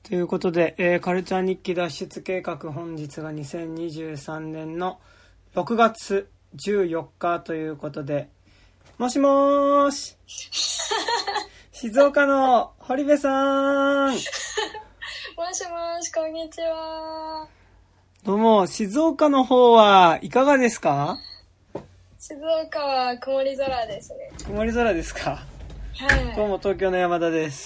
ということで、カルチャー日記脱出計画、本日が2023年の6月14日ということで、もしもーし静岡の堀部さんもしもし、こんにちは。 どうも、静岡の方はいかがですか？ 静岡は曇り空ですね。 曇り空ですか？ はい。 どうも、東京の山田です。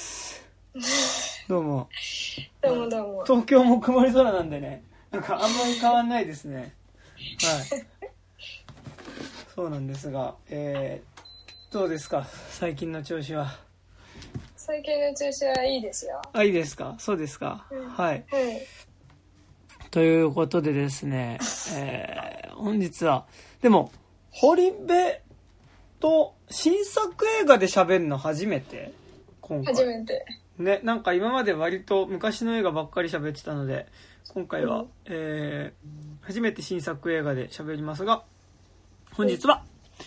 どうも。 どうもどうも。 東京も曇り空なんでね、なんかあんまり変わんないですね。はい。そうなんですが、どうですか？最近の調子は。 最近の調子はいいですよ。 あ、いいですか？そうですか。はい。 はい。 ということでですね、本日は、でも、堀部と新作映画で喋るの初めて？今回。 初めて。 ね、なんか今まで割と昔の映画ばっかり喋ってたので、今回は、初めて新作映画で喋りますが、本日は、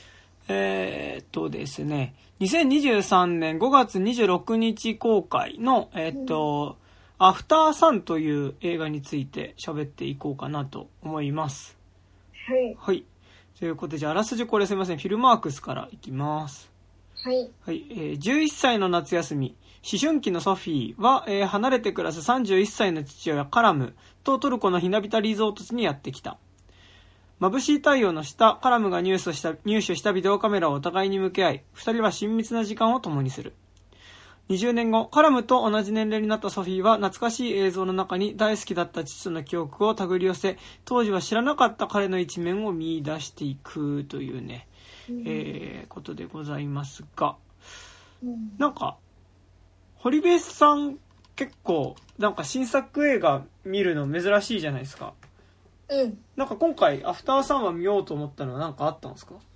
ですね、2023年5月26日公開の、アフターサンという映画について喋っていこうかなと思います。 はい。 はい。ということで、じゃあ、あらすじこれすいません。フィルマークスからいきます。 はい。 はい。11歳の夏休み、思春期のソフィーは、離れて暮らす31歳の父親カラムとトルコのひなびたリゾート地にやってきた。眩しい太陽の下、カラムが入手したビデオカメラをお互いに向け合い、二人は親密な時間を共にする。20年後、カラムと同じ年齢になったソフィーは懐かしい映像の中に大好きだった父との記憶を手繰り寄せ、当時は知らなかった彼の一面を見出していくというね、ことでございますが、なんか、堀部さん結構なんか新作映画見るの珍しいじゃないですか。 うん。 なんか今回アフターサンは見ようと思ったのは何かあったんですか？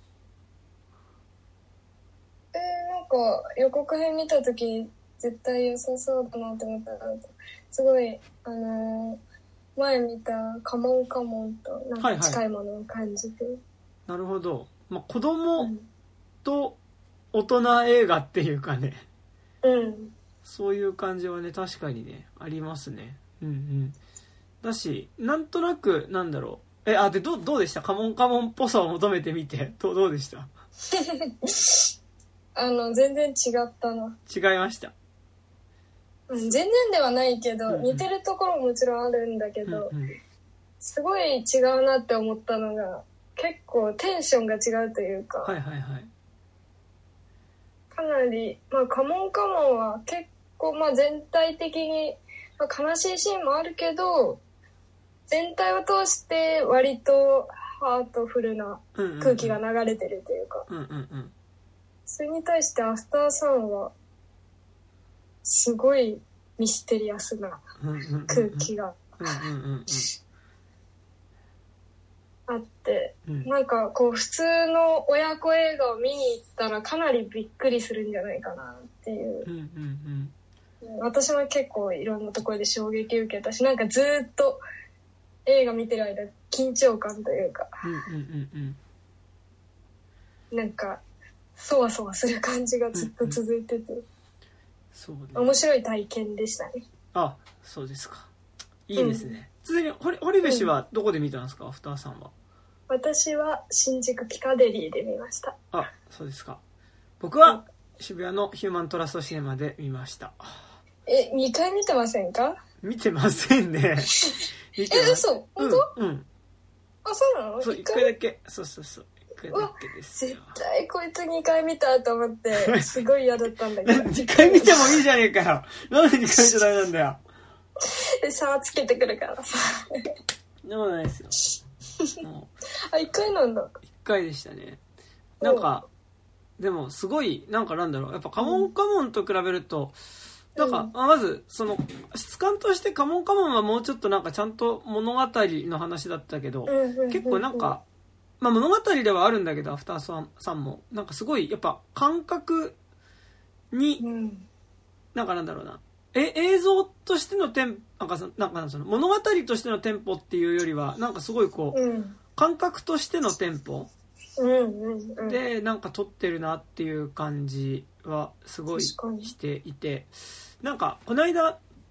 なんか予告編見たとき絶対良さそうだなって思ったら、すごい、前見たカモンカモンとなんか近いものを感じて。 なるほど。まあ、子供と大人映画っていうかね。 うん。 そういう感じはね、確かにね、ありますね。うんうん。だし、なんとなく、なんだろう。で、どうでした？カモンカモンっぽさを求めてみて。どうでした？ 全然違ったな。 違いました。 全然ではないけど、似てるところももちろんあるんだけど、すごい違うなって思ったのが、結構テンションが違うというか、 はいはいはい。 かなり、カモンカモンは結構、全体的に、悲しいシーンもあるけど、全体を通して割とハートフルな空気が流れてるというか、それに対してアフターサンはすごいミステリアスな空気があって、なんかこう普通の親子映画を見に行ったらかなりびっくりするんじゃないかなっていう、私も結構いろんなところで衝撃受けたし、なんかずっと映画見てる間緊張感というか、なんかそわそわする感じがずっと続いてて、 そうね、 面白い体験でしたね。 あ、そうですか。いいですね。続いて堀部氏はどこで見たんですか？アフターさんは。 私は新宿ピカデリーで見ました。 あ、そうですか。僕は渋谷のヒューマントラストシネマで見ました。 2回見てませんか？ 見てませんね。 嘘？本当？ うん。 あ、そうなの？ そう、1回だけ。そう。1回だけですよ。 絶対こいつ2回見たと思って、すごい嫌だったんだけど。 2回見てもいいじゃねえかよ。なんで2回見ちゃダメなんだよ。 で、差つけてくるからさ。 でもないですよ。 あ、1回なんだ。 1回でしたね。なんか、でもすごい、なんだろう。やっぱカモンカモンと比べると、なんか、まず、質感としてカモンカモンはもうちょっとなんかちゃんと物語の話だったけど、結構なんか、物語ではあるんだけど、アフターさんも、なんかすごい、やっぱ感覚に、なんだろうな、映像としての物語としてのテンポっていうよりは、なんかすごいこう、感覚としてのテンポで、なんか撮ってるなっていう感じはすごいしていて、なんかこの間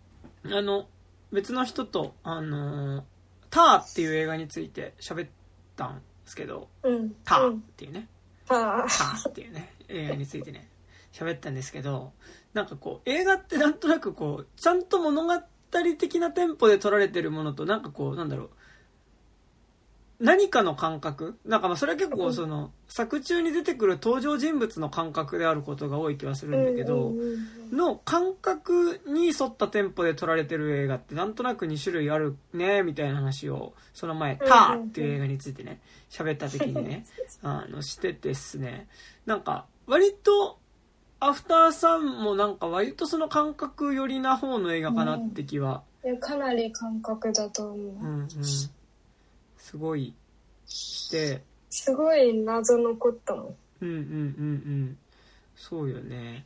別の人と、ターっていう映画について喋ったんですけど、ターっていうね、ターっていうね、映画についてね、喋ったんですけど、なんかこう、映画ってなんとなくこう、ちゃんと物語的なテンポで撮られてるものと、なんかこう、なんだろう、何かの感覚なんかまあそれは結構その作中に出てくる登場人物の感覚であることが多い気はするんだけどの感覚に沿ったテンポで撮られてる映画ってなんとなく2種類あるねみたいな話をその前ターっていう映画についてね喋った時にねしてですねなんか割とアフターさんもなんか割とその感覚寄りな方の映画かなって気は、 かなり感覚だと思う、 すごいしてすごい謎残ったもん。 そうよね。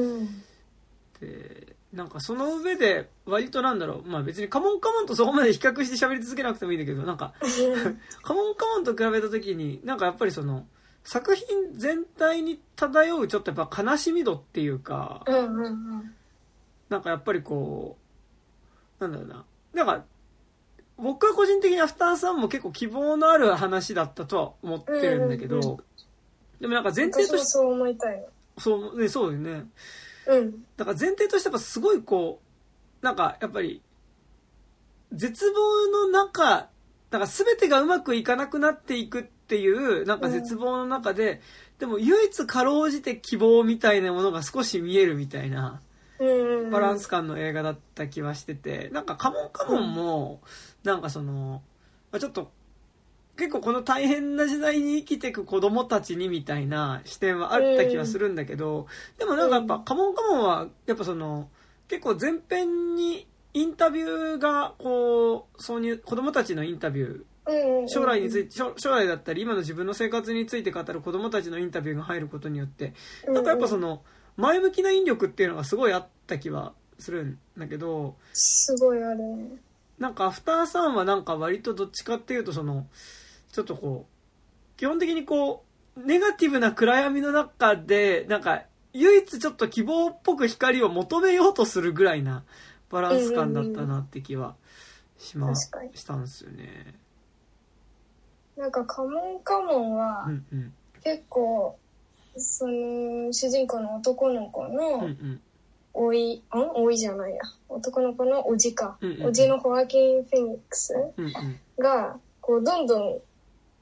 でなんかその上で割となんだろうまあ別にカモンカモンとそこまで比較して喋り続けなくてもいいんだけどなんかカモンカモンと比べた時になんかやっぱりその作品全体に漂うちょっとやっぱ悲しみ度っていうか、なんかやっぱりこうなんだろうななんか僕は個人的にアフターさんも結構希望のある話だったとは思ってるんだけど、でもなんか前提としてそう思いたいそうよね。だから前提としてやっぱすごいこうなんかやっぱり絶望の中なんか全てがうまくいかなくなっていくっていうなんか絶望の中で、でも唯一かろうじて希望みたいなものが少し見えるみたいなバランス感の映画だった気はしてて、なんかカモンカモンもなんかそのちょっと結構この大変な時代に生きていく子供たちにみたいな視点はあった気はするんだけど、でもなんかやっぱカモンカモンはやっぱその結構前編にインタビューがこう挿入子供たちのインタビュー将来について将来だったり今の自分の生活について語る子供たちのインタビューが入ることによってなんかやっぱその前向きな引力っていうのがすごいあった気はするんだけど、 すごいあるね。 なんかアフターさんはなんか割とどっちかっていうとそのちょっとこう基本的にこうネガティブな暗闇の中でなんか唯一ちょっと希望っぽく光を求めようとするぐらいなバランス感だったなって気はしたんですよね。 なんかカモンカモンは結構その主人公の男の子のおいじゃないや男の子のおじか、おじのホアキン・フェニックスがこうどんどん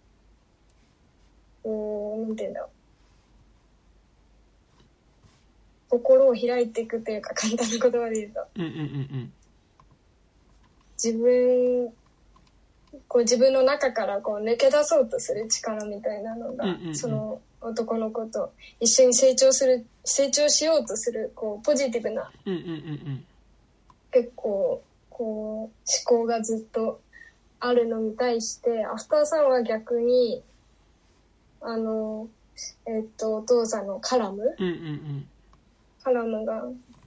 なんていうんだろう心を開いていくというか簡単な言葉で言うと、自分の中からこう抜け出そうとする力みたいなのが、その男の子と一緒に成長しようとするこうポジティブな、結構こう思考がずっとあるのに対してアフターさんは逆にお父さんのカラムが、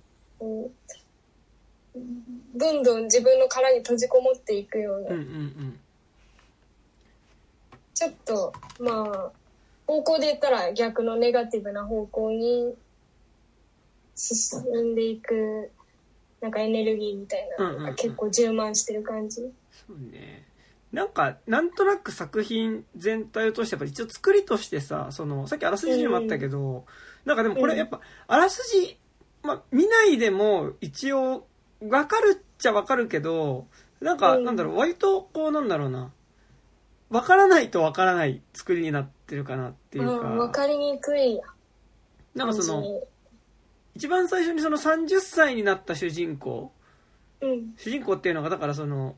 どんどん自分の殻に閉じこもっていくような、ちょっとまあ方向で言ったら逆のネガティブな方向に進んでいくなんかエネルギーみたいなのが結構充満してる感じ。 そうね。なんとなく作品全体を通してやっぱ一応作りとしてさ、そのさっきあらすじにもあったけど、なんかでもこれやっぱあらすじ、見ないでも一応わかるっちゃわかるけど、なんかなんだろう割とこうなんだろうな、わからないとわからない作りになってるかなっていうか、 わかりにくいや。 なんかその一番最初にその30歳になった主人公っていうのがだからその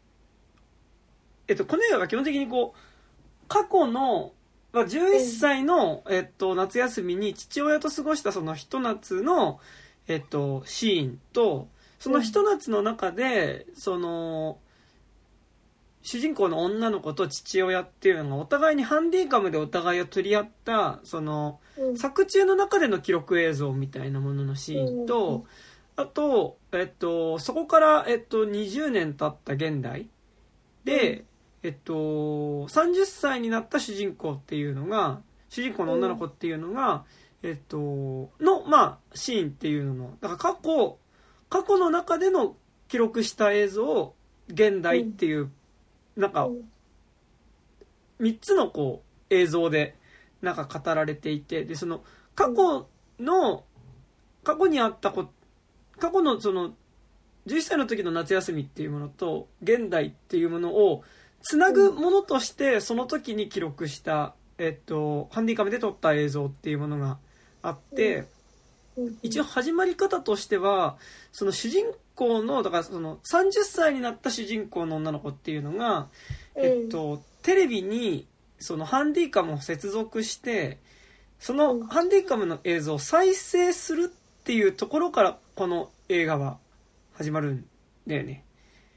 この映画が基本的にこう過去の11歳の夏休みに父親と過ごしたそのひと夏のシーンとそのひと夏の中でその主人公の女の子と父親っていうのがお互いにハンディカムでお互いを取り合ったその作中の中での記録映像みたいなもののシーンとあとそこから20年経った現代で30歳になった主人公っていうのが主人公の女の子っていうのがのシーンっていうののだから過去の中での記録した映像を現代っていう、なんか3つのこう映像でなんか語られていて、でその過去にあった過去のその11歳の時の夏休みっていうものと現代っていうものをつなぐものとしてその時に記録した、ハンディカムで撮った映像っていうものがあって、一応始まり方としてはその主人公のだからその30歳になった主人公の女の子っていうのが、テレビにそのハンディカムを接続してそのハンディカムの映像を再生するっていうところからこの映画は始まるんだよね。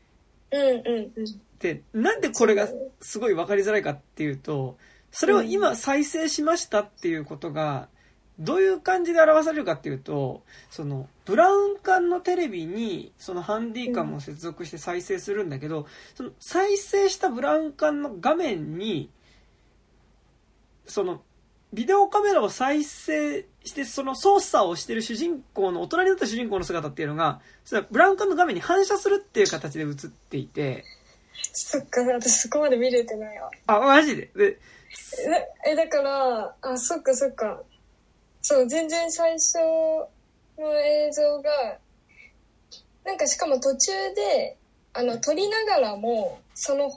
で、なんでこれがすごい分かりづらいかっていうと、それを今再生しましたっていうことがどういう感じで表されるかっていうと、そのブラウン管のテレビにそのハンディカムを接続して再生するんだけど、その再生したブラウン管の画面にそのビデオカメラを再生してその操作をしてる主人公の大人になった主人公の姿っていうのがそれはブラウン管の画面に反射するっていう形で映っていて、 そっか、私そこまで見れてないわ。 あ、マジで。 だからそっかそう、全然最初の映像がなんかしかも途中で撮りながらもその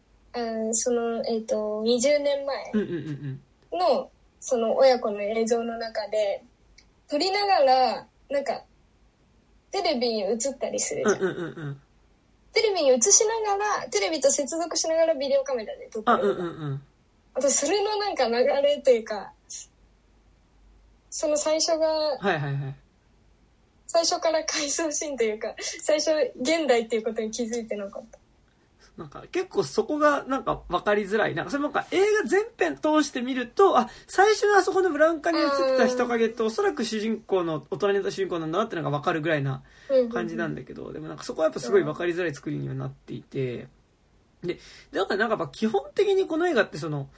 20年前のその親子の映像の中で撮りながらなんかテレビに映ったりするじゃん。テレビに映しながらテレビと接続しながらビデオカメラで撮ってる。私それのなんか流れというかその最初が、最初から回想シーンというか最初現代っていうことに気づいてなかった。 なんか結構そこがなんか分かりづらい。なんかそれもなんか映画全編通して見ると、最初のあそこのブラウン管に映ってた人影とおそらく主人公の大人になった主人公なんだなってのが分かるぐらいな感じなんだけど、でもなんかそこはやっぱすごい分かりづらい作りにはなっていて、でだからなんかやっぱ基本的にこの映画ってその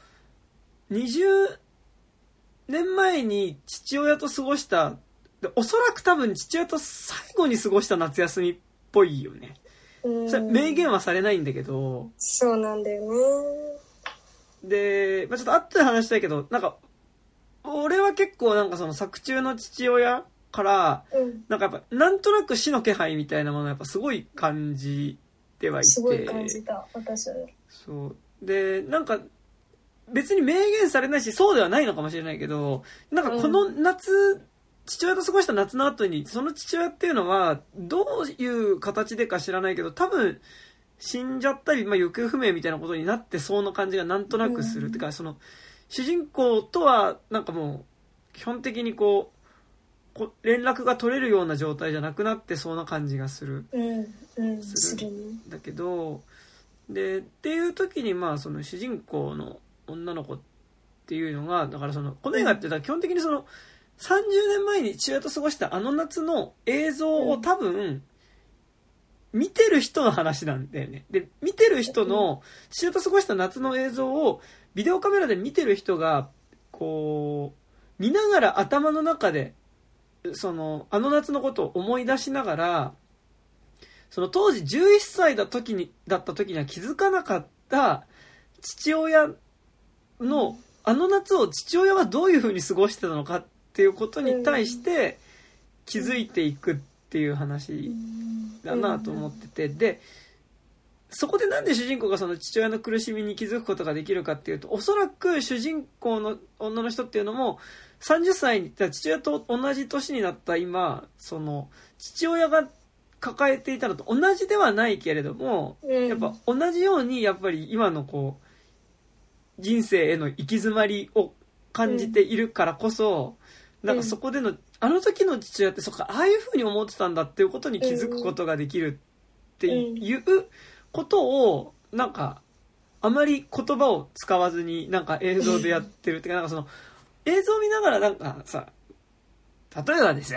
20年前に父親と過ごしたおそらく多分父親と最後に過ごした夏休みっぽいよね。それ明言はされないんだけど。 そうなんだよね。 で、ちょっと後で話したいけど、なんか俺は結構なんかその作中の父親から、なんかやっぱなんとなく死の気配みたいなものをやっぱすごい感じてはいて。 すごい感じた、私は。 そうで、なんか別に明言されないしそうではないのかもしれないけど、なんかこの夏、父親と過ごした夏の後にその父親っていうのはどういう形でか知らないけど多分死んじゃったり、行方不明みたいなことになってそうな感じがなんとなくする。てかその主人公とはなんかもう基本的にこう連絡が取れるような状態じゃなくなってそうな感じがする。するんだけど、でっていう時にその主人公の女の子っていうのがだからそのこの映画って基本的にその30年前に父親と過ごしたあの夏の映像を多分見てる人の話なんだよね。で見てる人の父親と過ごした夏の映像をビデオカメラで見てる人がこう見ながら頭の中でそのあの夏のことを思い出しながらその当時11歳だった時には気づかなかった父親のあの夏を父親はどういう風に過ごしてたのかっていうことに対して気づいていくっていう話だなと思ってて、でそこでなんで主人公がその父親の苦しみに気づくことができるかっていうと、おそらく主人公の女の人っていうのも30歳に父親と同じ年になった今その父親が抱えていたのと同じではないけれども、やっぱ同じようにやっぱり今のこう人生への行き詰まりを感じているからこそ、なんかそこでのあの時の父親ってそっかああいう風に思ってたんだっていうことに気づくことができるっていうことをなんかあまり言葉を使わずになんか映像でやってるっていうか、なんかその映像を見ながらなんかさ、例えばですよ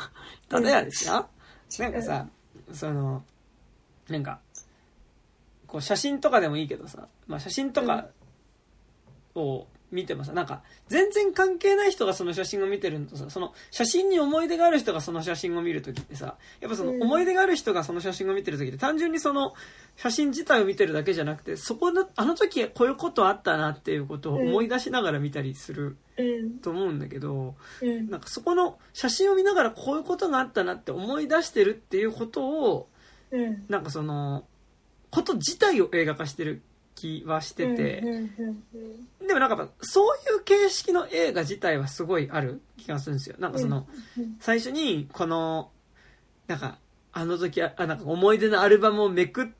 なんかさ、そのなんかこう写真とかでもいいけどさ、写真とかを見てもさ、なんか全然関係ない人がその写真を見てるのとさ、その写真に思い出がある人がその写真を見るときってさ、やっぱその思い出がある人がその写真を見てるときって単純にその写真自体を見てるだけじゃなくて、そこのあの時こういうことあったなっていうことを思い出しながら見たりすると思うんだけど、なんかそこの写真を見ながらこういうことがあったなって思い出してるっていうことを、なんかそのこと自体を映画化してる気はしてて、でもなんかやっぱそういう形式の映画自体はすごいある気がするんですよ。なんかその最初にこのなんかあの時なんか思い出のアルバムをめくって、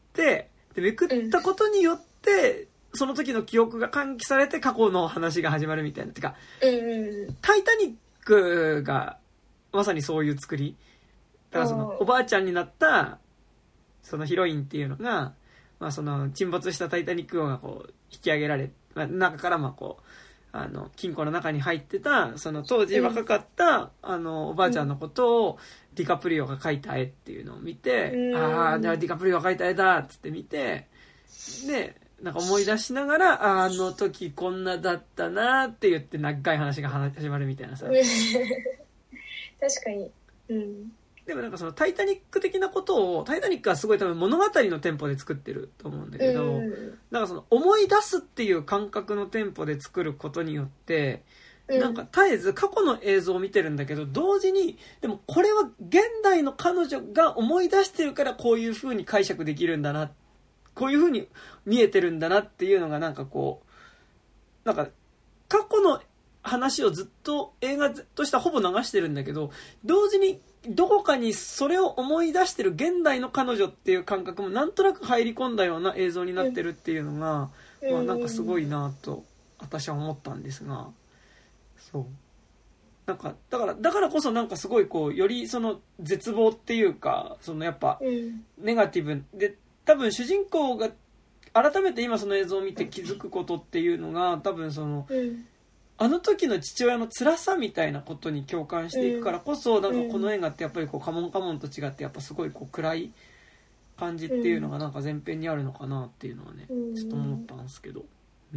でめくったことによってその時の記憶が喚起されて過去の話が始まるみたいな。てか、タイタニックがまさにそういう作りだから、そのおばあちゃんになったそのヒロインっていうのが、まあ、その沈没したタイタニック号がこう引き上げられ、まあ、中からまあこう金庫の中に入ってたその当時若かった、おばあちゃんのことをディカプリオが描いた絵っていうのを見て、ああディカプリオが描いた絵だっつって見て、でなんか思い出しながらあの時こんなだったなって言って長い話が始まるみたいなさ確かに、 でもなんかそのタイタニック的なことを、タイタニックはすごい多分物語のテンポで作ってると思うんだけど、なんかその思い出すっていう感覚のテンポで作ることによって、なんか絶えず過去の映像を見てるんだけど、同時にでもこれは現代の彼女が思い出してるからこういう風に解釈できるんだな、こういう風に見えてるんだなっていうのがなんかこう、なんか過去の話をずっと映画としてはほぼ流してるんだけど、同時にどこかにそれを思い出してる現代の彼女っていう感覚もなんとなく入り込んだような映像になってるっていうのが、まあなんかすごいなと私は思ったんですが、そうなんかだからこそなんかすごいこうよりその絶望っていうか、そのやっぱネガティブで、多分主人公が改めて今その映像を見て気づくことっていうのが多分その、あの時の父親の辛さみたいなことに共感していくからこそ、なんかこの映画ってやっぱりこうカモンカモンと違ってやっぱすごいこう暗い感じっていうのがなんか前編にあるのかなっていうのはね、ちょっと思ったんですけど、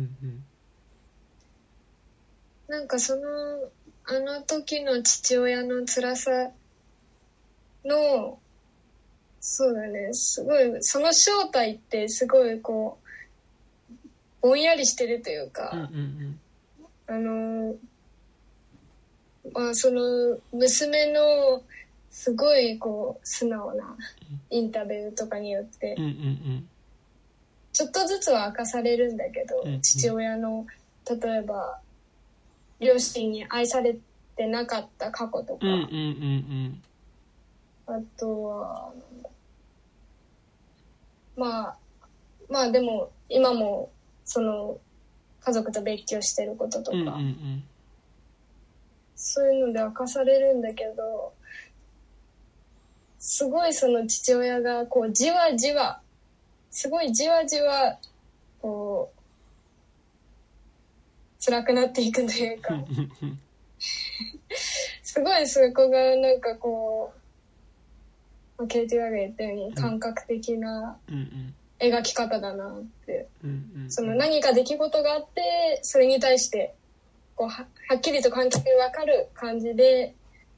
なんかそのあの時の父親の辛さの、そうだね、すごいその正体ってすごいこうぼんやりしてるというか、まあ、その娘のすごいこう素直なインタビューとかによってちょっとずつは明かされるんだけど、父親の例えば両親に愛されてなかった過去とか、あとはまあでも今もその家族と別居してることとか、そういうので明かされるんだけど、すごいその父親がこうじわじわこう辛くなっていくというかすごいそこがなんかこうケイティが言ったように感覚的な描き方だなって、その何か出来事があってそれに対してこう はっきりと観客に分かる感じで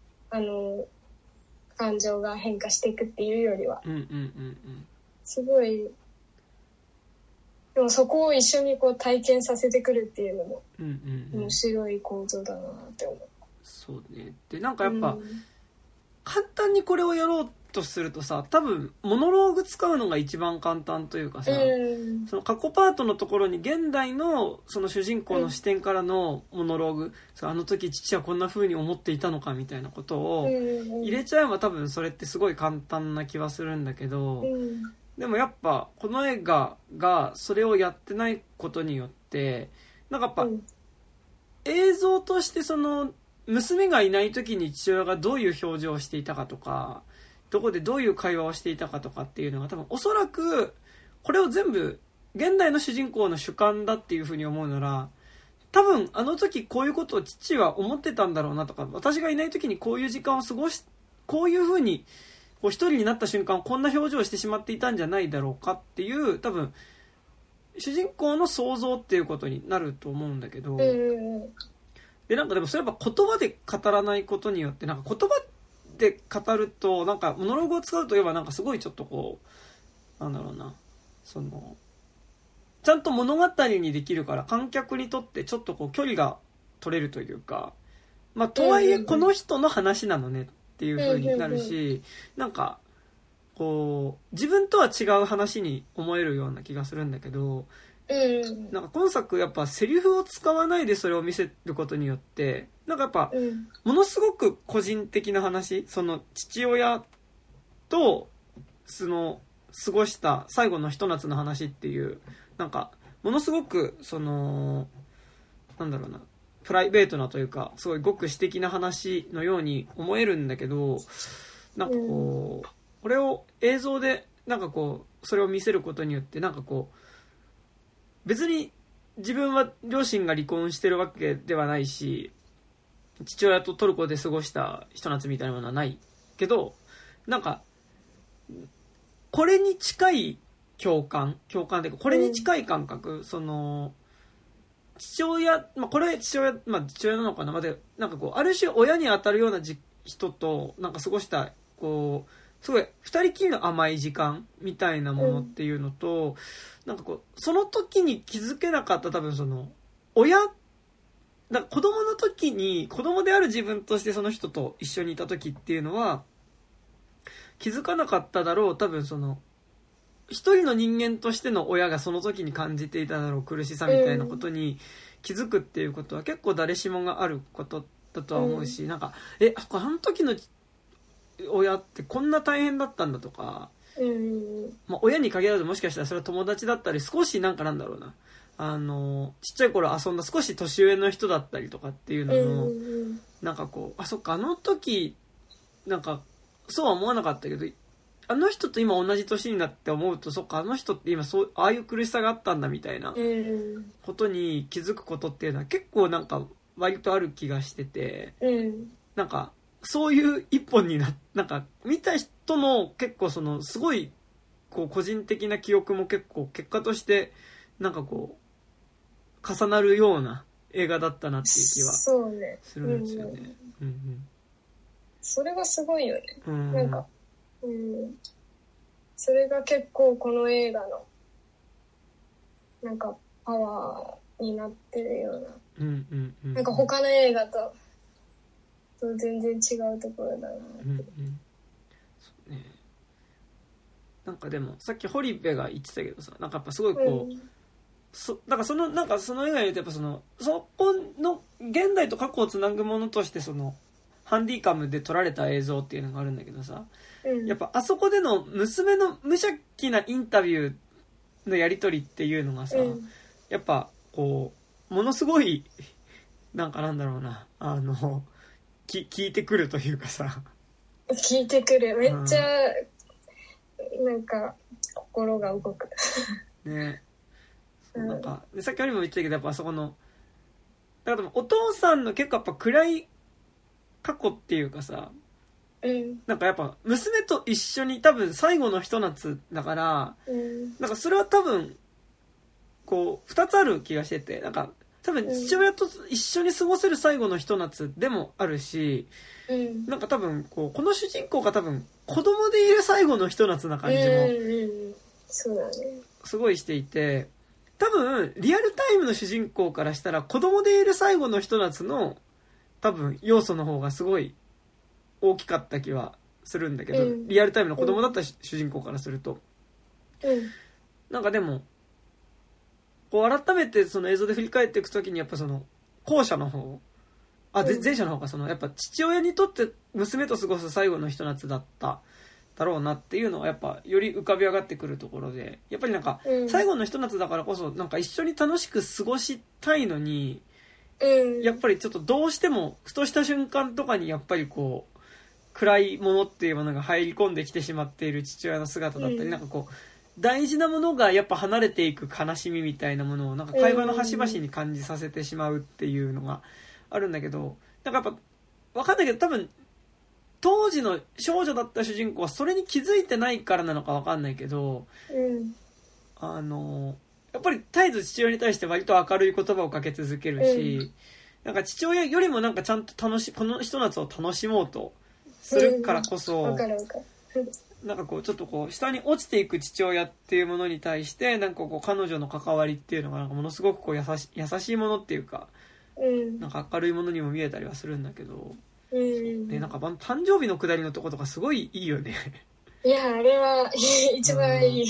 感情が変化していくっていうよりは、すごいでもそこを一緒にこう体験させてくるっていうのも面白い構造だなって思う。 そうね。でなんかやっぱ、簡単にこれをやろうとするとさ、多分モノローグ使うのが一番簡単というかさ、その過去パートのところに現代のその主人公の視点からのモノローグ、あの時父はこんな風に思っていたのかみたいなことを入れちゃえば多分それってすごい簡単な気はするんだけど、でもやっぱこの映画がそれをやってないことによってなんかやっぱ映像としてその娘がいない時に父親がどういう表情をしていたかとか、どこでどういう会話をしていたかとかっていうのが多分おそらくこれを全部現代の主人公の主観だっていうふうに思うなら、多分あの時こういうことを父は思ってたんだろうなとか、私がいない時にこういう時間を過ごし、こういうふうにこう一人になった瞬間こんな表情をしてしまっていたんじゃないだろうかっていう多分主人公の想像っていうことになると思うんだけど、でなんかでもそれやっぱ言葉で語らないことによって、なんか言葉で語るとなんかモノローグを使うといえばなんかすごいちょっとこうなんだろうな、そのちゃんと物語にできるから観客にとってちょっとこう距離が取れるというか、まあとはいえこの人の話なのねっていう風になるし、なんかこう自分とは違う話に思えるような気がするんだけど、なんか今作やっぱセリフを使わないでそれを見せることによってなんかやっぱものすごく個人的な話、その父親とその過ごした最後のひと夏の話っていうなんかものすごくそのなんだろうな、プライベートなというかすごいごく私的な話のように思えるんだけど、なんかこうこれを映像でなんかこうそれを見せることによってなんかこう別に自分は両親が離婚してるわけではないし父親とトルコで過ごしたひと夏みたいなものはないけど、なんかこれに近い共感というかこれに近い感覚、その父親、まあ、これ父親、まあ、父親なのかな、まあ、でなんかこうある種親に当たるような人となんか過ごしたこうすごい二人きりの甘い時間みたいなものっていうのと、なんかこうその時に気づけなかった多分その親だ子供の時に子供である自分としてその人と一緒にいた時っていうのは気づかなかっただろう、多分その一人の人間としての親がその時に感じていただろう苦しさみたいなことに気づくっていうことは結構誰しもがあることだとは思うし、なんかあの時の親ってこんな大変だったんだとか、まあ、親に限らずもしかしたらそれは友達だったり少しなんかなんだろうな、ちっちゃい頃遊んだ少し年上の人だったりとかっていうのも、なんかこうそっかあの時なんかそうは思わなかったけどあの人と今同じ年になって思うとそっかあの人って今そうああいう苦しさがあったんだみたいなことに気づくことっていうのは結構なんか割とある気がしてて、なんかそういう一本になんか見た人の結構そのすごいこう個人的な記憶も結構結果としてなんかこう重なるような映画だったなっていう気はするんですよね。 それがすごいよね。なんか、それが結構この映画のなんかパワーになってるような、なんか他の映画と全然違うところだなって。 そうね。なんかでもさっき堀部が言ってたけどさ、なんかやっぱすごいこう、だからそのなんかその映画に言うとやっぱそこの現代と過去をつなぐものとしてそのハンディカムで撮られた映像っていうのがあるんだけどさ、やっぱあそこでの娘の無邪気なインタビューのやり取りっていうのがさ、やっぱこうものすごいなんかなんだろうな聞いてくるというかさ、 聞いてくる、めっちゃ、なんか心が動くね。なんかさっきよりも言ってたけどやっぱそこのだからお父さんの結構やっぱ暗い過去っていうかさ、なんかやっぱ娘と一緒に多分最後のひと夏だから、なんかそれは多分こう2つある気がしてて、なんか多分父親と一緒に過ごせる最後のひと夏でもあるし、なんか多分この主人公が多分子供でいる最後のひと夏な感じもそうだね、 すごいしていて、多分リアルタイムの主人公からしたら子供でいる最後のひと夏の多分要素の方がすごい大きかった気はするんだけど、リアルタイムの子供だった主人公からすると、なんかでもこう改めてその映像で振り返っていくときにやっぱその後者の方前者の方がそのやっぱ父親にとって娘と過ごす最後のひと夏だっただろうなっていうのはやっぱより浮かび上がってくるところで、やっぱりなんか最後のひと夏だからこそなんか一緒に楽しく過ごしたいのに、やっぱりちょっとどうしてもふとした瞬間とかにやっぱりこう暗いものっていうものが入り込んできてしまっている父親の姿だったり、なんかこう大事なものがやっぱ離れていく悲しみみたいなものをなんか会話の端々に感じさせてしまうっていうのがあるんだけど、なんかやっぱ分かんないけど多分当時の少女だった主人公はそれに気づいてないからなのか分かんないけど、 やっぱり絶えず父親に対して割と明るい言葉をかけ続けるし、なんか父親よりもなんかちゃんとこのひと夏を楽しもうとするからこそ、 わかるわかる。 なんかこうちょっとこう下に落ちていく父親っていうものに対してなんかこう彼女の関わりっていうのがなんかものすごくこう優しいものっていうか、なんか明るいものにも見えたりはするんだけど、でなんか誕生日のくだりのとことかすごいいいよね。 いや、あれは一番いい。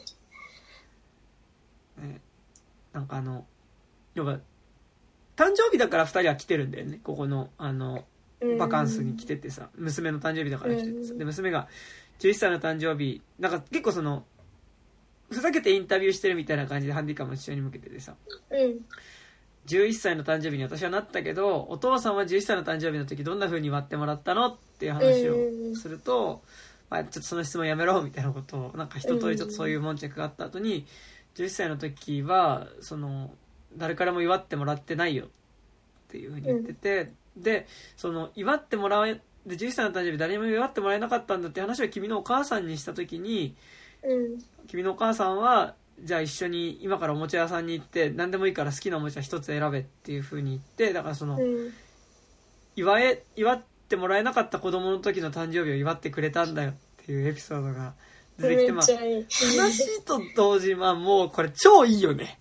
ね、なんか要は誕生日だから2人は来てるんだよね、ここのバカンスに来ててさ、娘の誕生日だから来ててさ、で娘が11歳の誕生日なんか結構そのふざけてインタビューしてるみたいな感じでハンディカムの父親に向けてでさ、11歳の誕生日に私はなったけど、お父さんは11歳の誕生日の時どんな風に割ってもらったのっていう話をすると、まあ、ちょっとその質問やめろみたいなことをなんか一通りちょっとそういう悶着があった後に、11歳の時はその誰からも祝ってもらってないよっていう風に言ってて、でその祝ってもらえで11歳の誕生日誰にも祝ってもらえなかったんだって話を君のお母さんにした時に、君のお母さんはじゃあ一緒に今からおもちゃ屋さんに行って何でもいいから好きなおもちゃ一つ選べっていう風に言って、だからその、祝ってもらえなかった子供の時の誕生日を祝ってくれたんだよっていうエピソードが出てきて、まあ話と同時まあもうこれ超いいよね。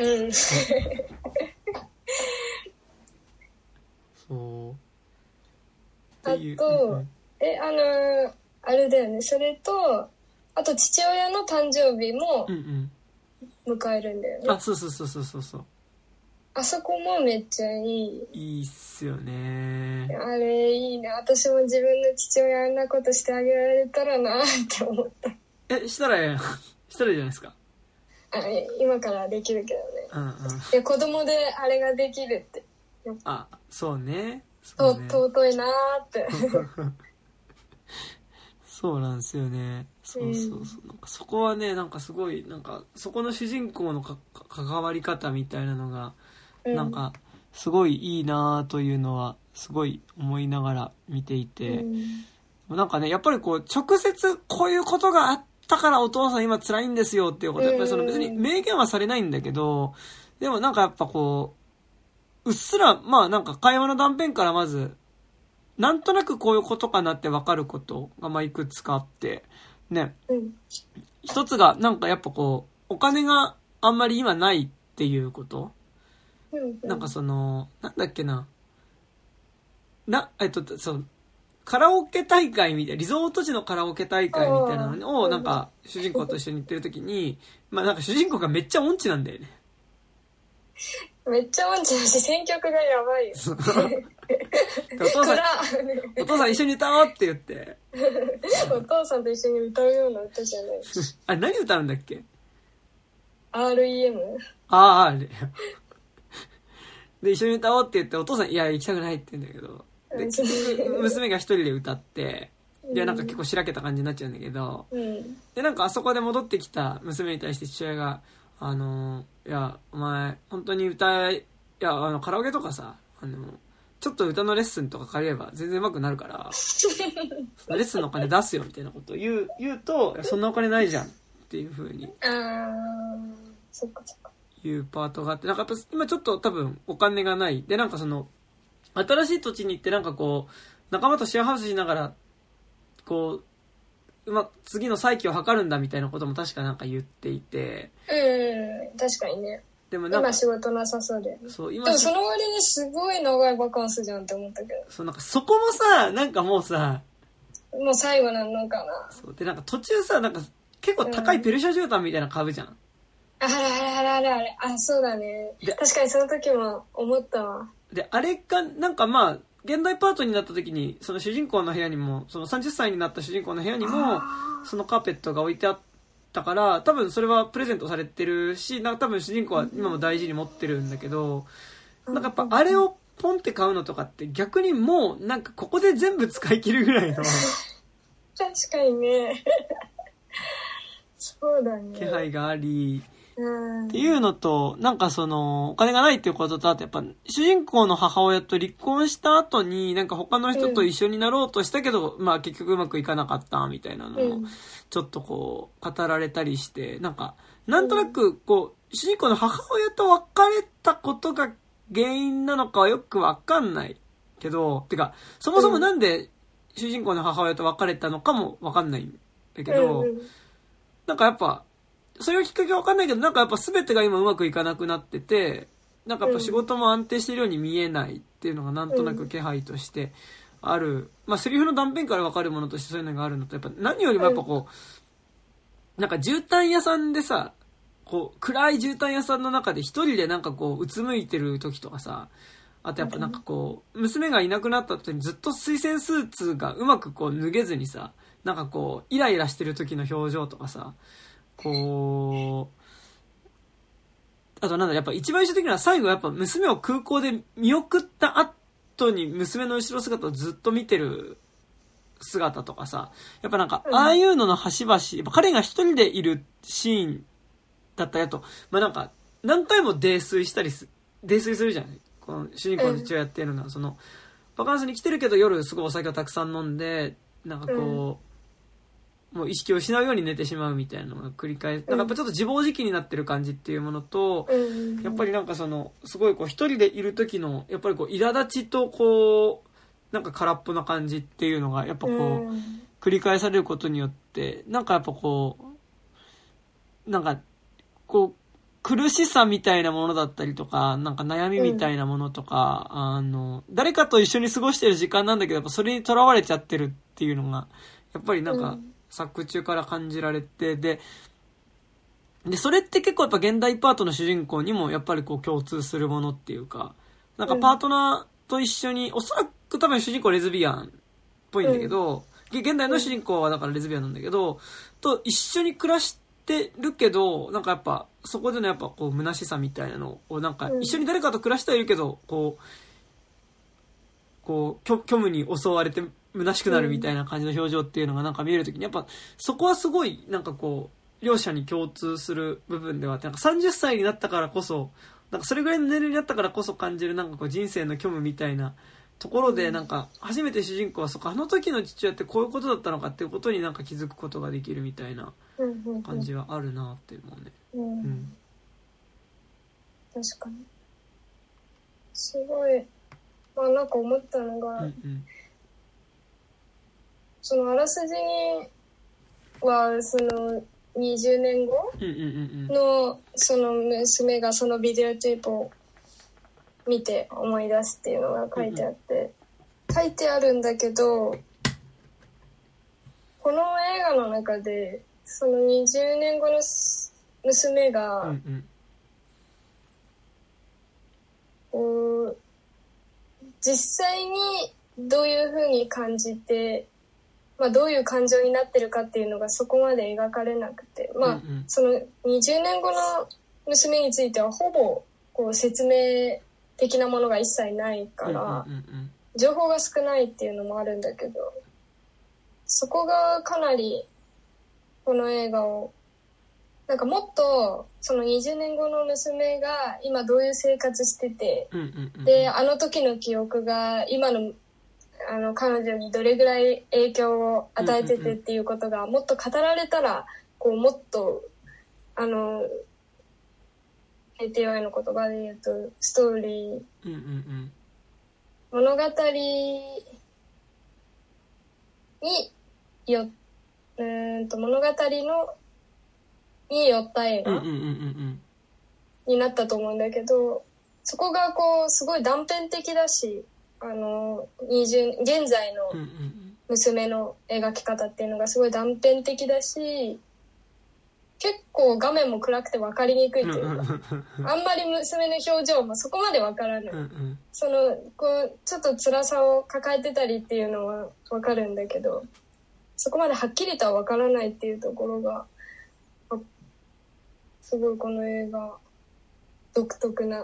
そうあと、あれだよね、それとあと父親の誕生日も迎えるんだよね。 あ、そうあそこもめっちゃいい。 いいっすよね。 あれいいね。私も自分の父親あんなことしてあげられたらなって思った。 したらじゃないですか。 今からできるけどね。いや子供であれができるって。 あ、そうね。 尊いなーって。 そうなんですよね。そうなんかそこはね、なんかすごいなんかそこの主人公の関わり方みたいなのが、なんかすごいいいなというのはすごい思いながら見ていて、なんかねやっぱりこう直接こういうことがあったからお父さん今辛いんですよっていうことやっぱりその別に明言はされないんだけど、でもなんかやっぱこううっすらまあなんか会話の断片からまずなんとなくこういうことかなって分かることがまあいくつかあってね、一つがなんかやっぱこうお金があんまり今ないっていうこと、なんかそのなんだっけなそうカラオケ大会みたいなリゾート地のカラオケ大会みたいなのをなんか主人公と一緒に行ってる時に、まあなんか主人公がめっちゃ音痴なんだよね。 めっちゃ音痴だし選曲がやばいよ。 お父さん一緒に歌おうって言ってお父さんと一緒に歌うような歌じゃない。 あれ何歌うんだっけ？ REM。 あれで一緒に歌おうって言ってお父さんいや行きたくないって言うんだけど、で結局娘が一人で歌ってでなんか結構しらけた感じになっちゃうんだけど、でなんかあそこで戻ってきた娘に対して父親がいやお前本当にカラオケとかさちょっと歌のレッスンとか借りれば全然上手くなるからレッスンのお金出すよみたいなことを言うとそんなお金ないじゃんっていう風にそっかいうパートがあって、なんかやっぱ今ちょっと多分お金がないで、なんかその新しい土地に行ってなんかこう仲間とシェアハウスしながらこう次の再起を図るんだみたいなことも確かなんか言っていて、 確かにね。 でもなんか今仕事なさそうで。 そう今でもその割にすごい長いバカンスじゃんって思ったけど。 そうなんかそこもさなんかもうさもう最後なのかな。 そうでなんか途中さなんか結構高いペルシャ絨毯みたいなの買うじゃん。 あれ。あ、そうだね。確かにその時も思ったわ。 で、あれが、なんかまあ、現代パートになった時に、その主人公の部屋にも、その30歳になった主人公の部屋にも、そのカーペットが置いてあったから、多分それはプレゼントされてるし、なんか多分主人公は今も大事に持ってるんだけど、なんかやっぱあれをポンって買うのとかって逆にもう、なんかここで全部使い切るぐらいの。 確かにね。そうだね。 気配があり、 っていうのと、なんかその、お金がないっていうことと、あとやっぱ、主人公の母親と離婚した後に、なんか他の人と一緒になろうとしたけど、まあ結局うまくいかなかったみたいなのを、ちょっとこう、語られたりして、なんか、なんとなく、こう、主人公の母親と別れたことが原因なのかはよくわかんないけど、てか、そもそもなんで主人公の母親と別れたのかもわかんないんだけど、なんかやっぱ、それがきっかけわかんないけど、なんかやっぱ全てが今うまくいかなくなってて、なんかやっぱ仕事も安定してるように見えないっていうのがなんとなく気配としてある。まあセリフの断片からわかるものとしてそういうのがあるのと、やっぱ何よりもやっぱこう、なんか絨毯屋さんでさ、こう、暗い絨毯屋さんの中で一人でなんかこう、うつむいてる時とかさ、あとやっぱなんかこう、娘がいなくなった後にずっと水洗スーツがうまくこう脱げずにさ、なんかこう、イライラしてる時の表情とかさ、こう、あとなんだ、やっぱ一番印象的なのは最後やっぱ娘を空港で見送った後に娘の後ろ姿をずっと見てる姿とかさ、やっぱなんか、ああいうのの端々、やっぱ彼が一人でいるシーンだったり、あと、まあなんか、何回も泥酔するじゃないこの主人公の父親っていうのが、その、バカンスに来てるけど夜すごいお酒をたくさん飲んで、なんかこう、もう意識を失うように寝てしまうみたいなのが繰り返す。なんかやっぱちょっと自暴自棄になってる感じっていうものと、やっぱりなんかその、すごいこう一人でいる時の、やっぱりこう苛立ちとこう、なんか空っぽな感じっていうのが、やっぱこう、繰り返されることによって、なんかやっぱこう、なんか、こう、苦しさみたいなものだったりとか、なんか悩みみたいなものとか、誰かと一緒に過ごしてる時間なんだけど、やっぱそれにとらわれちゃってるっていうのが、やっぱりなんか、作中から感じられて、で、それって結構やっぱ現代パートの主人公にもやっぱりこう共通するものっていうか、なんかパートナーと一緒に、おそらく多分主人公レズビアンっぽいんだけど、現代の主人公はだからレズビアンなんだけど、と一緒に暮らしてるけど、なんかやっぱそこでのやっぱこう虚しさみたいなのをなんか一緒に誰かと暮らしてはいるけど、こう虚無に襲われて虚しくなるみたいな感じの表情っていうのがなんか見えるときに、やっぱそこはすごいなんかこう両者に共通する部分ではあって、なんか30歳になったからこそ、なんかそれぐらいの年齢になったからこそ感じるなんかこう人生の虚無みたいなところで、なんか初めて主人公はそこあの時の父親ってこういうことだったのかっていうことになんか気づくことができるみたいな感じはあるなっていうのはね。 確かに。すごい、まあなんか思ったのが、そのあらすじにはその20年後のその娘がそのビデオテープを見て思い出すっていうのが書いてあって、書いてあるんだけど、この映画の中でその20年後の娘が実際にどういう風に感じて、まあ、どういう感情になってるかっていうのがそこまで描かれなくて、まあその20年後の娘についてはほぼこう説明的なものが一切ないから情報が少ないっていうのもあるんだけど、そこがかなりこの映画をなんかもっとその20年後の娘が今どういう生活してて、であの時の記憶が今の彼女にどれぐらい影響を与えててっていうことがもっと語られたら、こうもっとATY の言葉で言うとストーリー、物語に物語のに寄った映画になったと思うんだけど、そこがこうすごい断片的だし、現在の娘の描き方っていうのがすごい断片的だし、結構画面も暗くて分かりにくいというかあんまり娘の表情もそこまで分からない、そのこうちょっと辛さを抱えてたりっていうのは分かるんだけど、そこまではっきりとは分からないっていうところがすごいこの映画独特な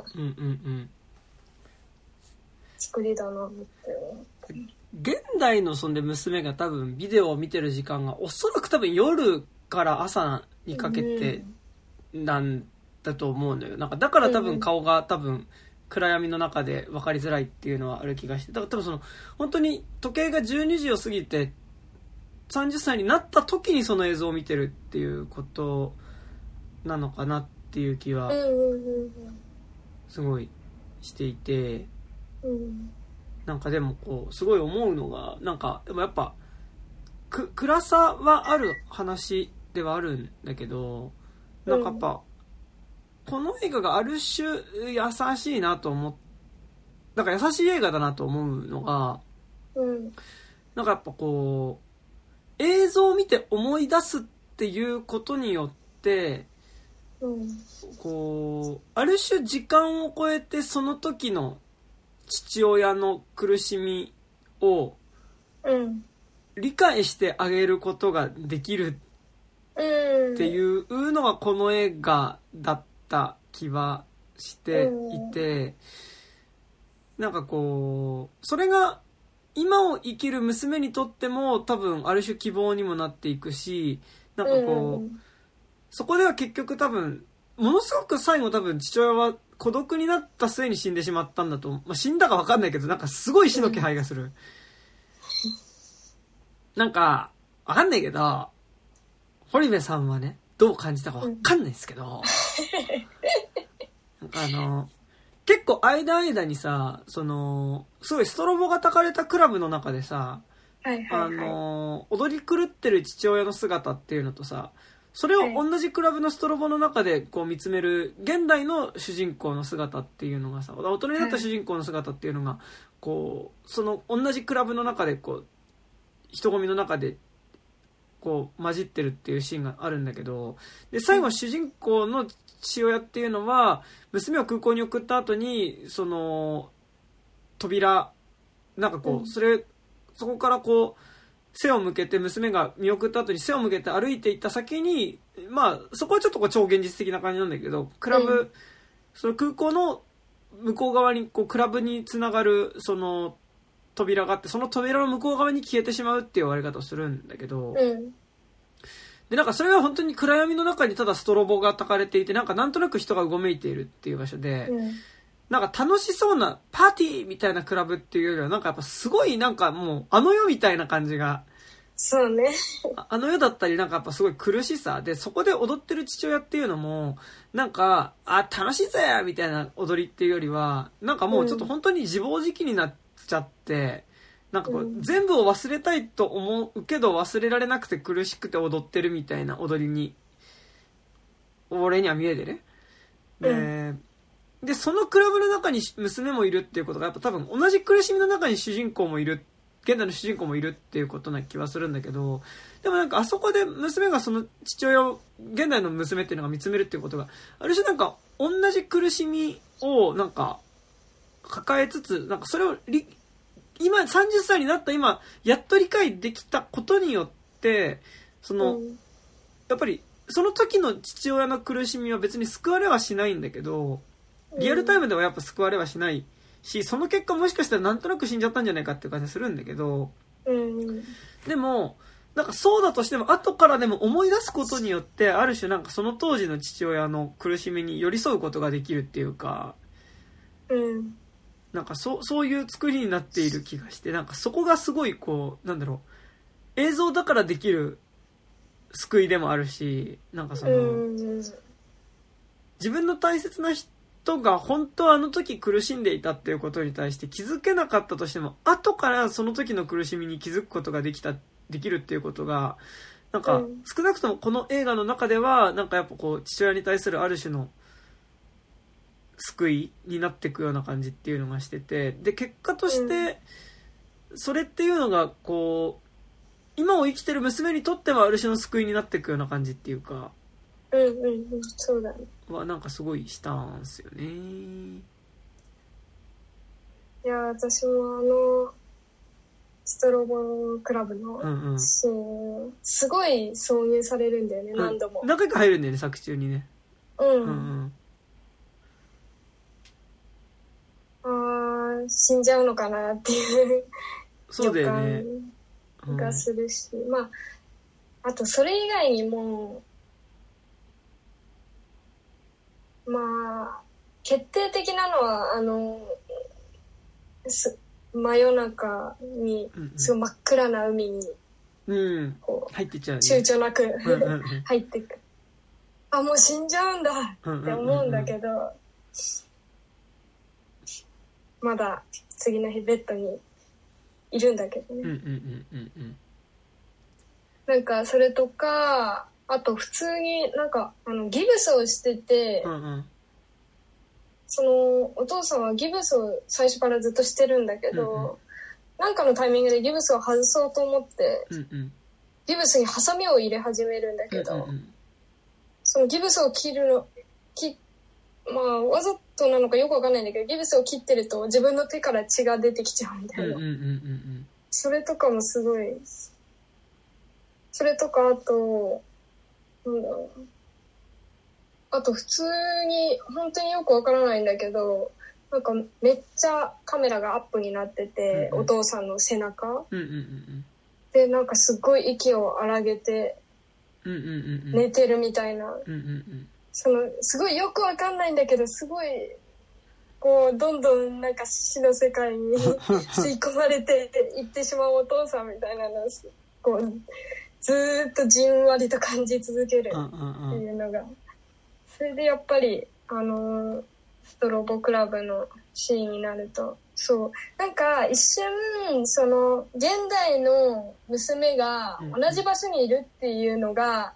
作りだなって思って。 現代のそんで娘が多分ビデオを見てる時間がおそらく多分夜から朝にかけてなんだと思うのよ。なんかだから多分顔が多分暗闇の中で分かりづらいっていうのはある気がして、だから多分その本当に時計が12時を過ぎて30歳になった時にその映像を見てるっていうことなのかなっていう気はすごいしていて、なんかでもこうすごい思うのが、なんかでもやっぱ暗さはある話ではあるんだけど、なんかやっぱこの映画がある種優しいなと思っ、なんか優しい映画だなと思うのが、なんかやっぱこう映像を見て思い出すっていうことによって、こうある種時間を超えてその時の父親の苦しみを理解してあげることができるっていうのがこの映画だった気はしていて、なんかこうそれが今を生きる娘にとっても多分ある種希望にもなっていくし、なんかこうそこでは結局多分ものすごく最後多分父親は孤独になった末に死んでしまったんだと、まあ、死んだか分かんないけどなんかすごい死の気配がする。なんか分かんないけど堀部さんはねどう感じたか分かんないですけど、なんか結構間々にさ、そのすごいストロボが焚かれたクラブの中でさ、踊り狂ってる父親の姿っていうのとさ、それを同じクラブのストロボの中でこう見つめる現代の主人公の姿っていうのがさ、大人になった主人公の姿っていうのがこうその同じクラブの中でこう人混みの中でこう混じってるっていうシーンがあるんだけど、で最後主人公の父親っていうのは娘を空港に送った後にその扉なんかこうそこからこう背を向けて娘が見送った後に背を向けて歩いていった先に、まあそこはちょっとこう超現実的な感じなんだけど、クラブ、その空港の向こう側にこうクラブにつながるその扉があって、その扉の向こう側に消えてしまうっていう終わり方をするんだけど、でなんかそれは本当に暗闇の中にただストロボが焚かれていて、なんとなく人がうごめいているっていう場所で、なんか楽しそうなパーティーみたいなクラブっていうよりはなんかやっぱすごいなんかもうあの世みたいな感じが、 そうね、 あの世だったりなんかやっぱすごい苦しさで、そこで踊ってる父親っていうのもなんか楽しいぜみたいな踊りっていうよりはなんかもうちょっと本当に自暴自棄になっちゃって、なんかこう全部を忘れたいと思うけど忘れられなくて苦しくて踊ってるみたいな踊りに俺には見えてね。でそのクラブの中に娘もいるっていうことがやっぱ多分同じ苦しみの中に主人公もいる、現代の主人公もいるっていうことな気はするんだけど、でもなんかあそこで娘がその父親を現代の娘っていうのが見つめるっていうことがある種なんか同じ苦しみをなんか抱えつつ、なんかそれを今30歳になった今やっと理解できたことによってその、やっぱりその時の父親の苦しみは別に救われはしないんだけど、リアルタイムではやっぱ救われはしないし、その結果もしかしたらなんとなく死んじゃったんじゃないかっていう感じするんだけど、でもなんかそうだとしても後からでも思い出すことによってある種なんかその当時の父親の苦しみに寄り添うことができるっていうか、なんかそういう作りになっている気がして、なんかそこがすごいこうなんだろう、映像だからできる救いでもあるし、なんかその自分の大切な人が本当はあの時苦しんでいたっていうことに対して気づけなかったとしても後からその時の苦しみに気づくことができるっていうことがなんか少なくともこの映画の中ではなんかやっぱこう父親に対するある種の救いになっていくような感じっていうのがしてて、で結果としてそれっていうのがこう今を生きてる娘にとってはある種の救いになっていくような感じっていうか、 そうだね。 はなんかすごいしたんすよね。 いや私もストロボクラブのシーン、すごい挿入されるんだよね、何度も。 何回か入るんだよね、作中にね。 死んじゃうのかなっていうそうだよね。 予感がするし、まああとそれ以外にも決定的なのは真夜中にすごい真っ暗な海にこう入ってっちゃう、ね、 躊躇なく入ってく。あ、もう死んじゃうんだって思うんだけど、まだ次の日ベッドにいるんだけどね。なんかそれとか、あと普通になんかギブスをしてて、そのお父さんはギブスを最初からずっとしてるんだけど、なんかのタイミングでギブスを外そうと思って、ギブスにハサミを入れ始めるんだけど、そのギブスをまあわざとなのかよくわかんないんだけど、ギブスを切ってると自分の手から血が出てきちゃうみたいな。それとかもすごい。それとかあとなんだろう。あと普通に本当によくわからないんだけど、なんかめっちゃカメラがアップになってて、お父さんの背中、でなんかすっごい息を荒げて寝てるみたいな、そのすごいよくわかんないんだけど、すごいこうどんどんなんか死の世界に吸い込まれていってしまうお父さんみたいなのをこうずーっとじんわりと感じ続けるっていうのが、それでやっぱりストロボクラブのシーンになると、そうなんか一瞬その現代の娘が同じ場所にいるっていうのが、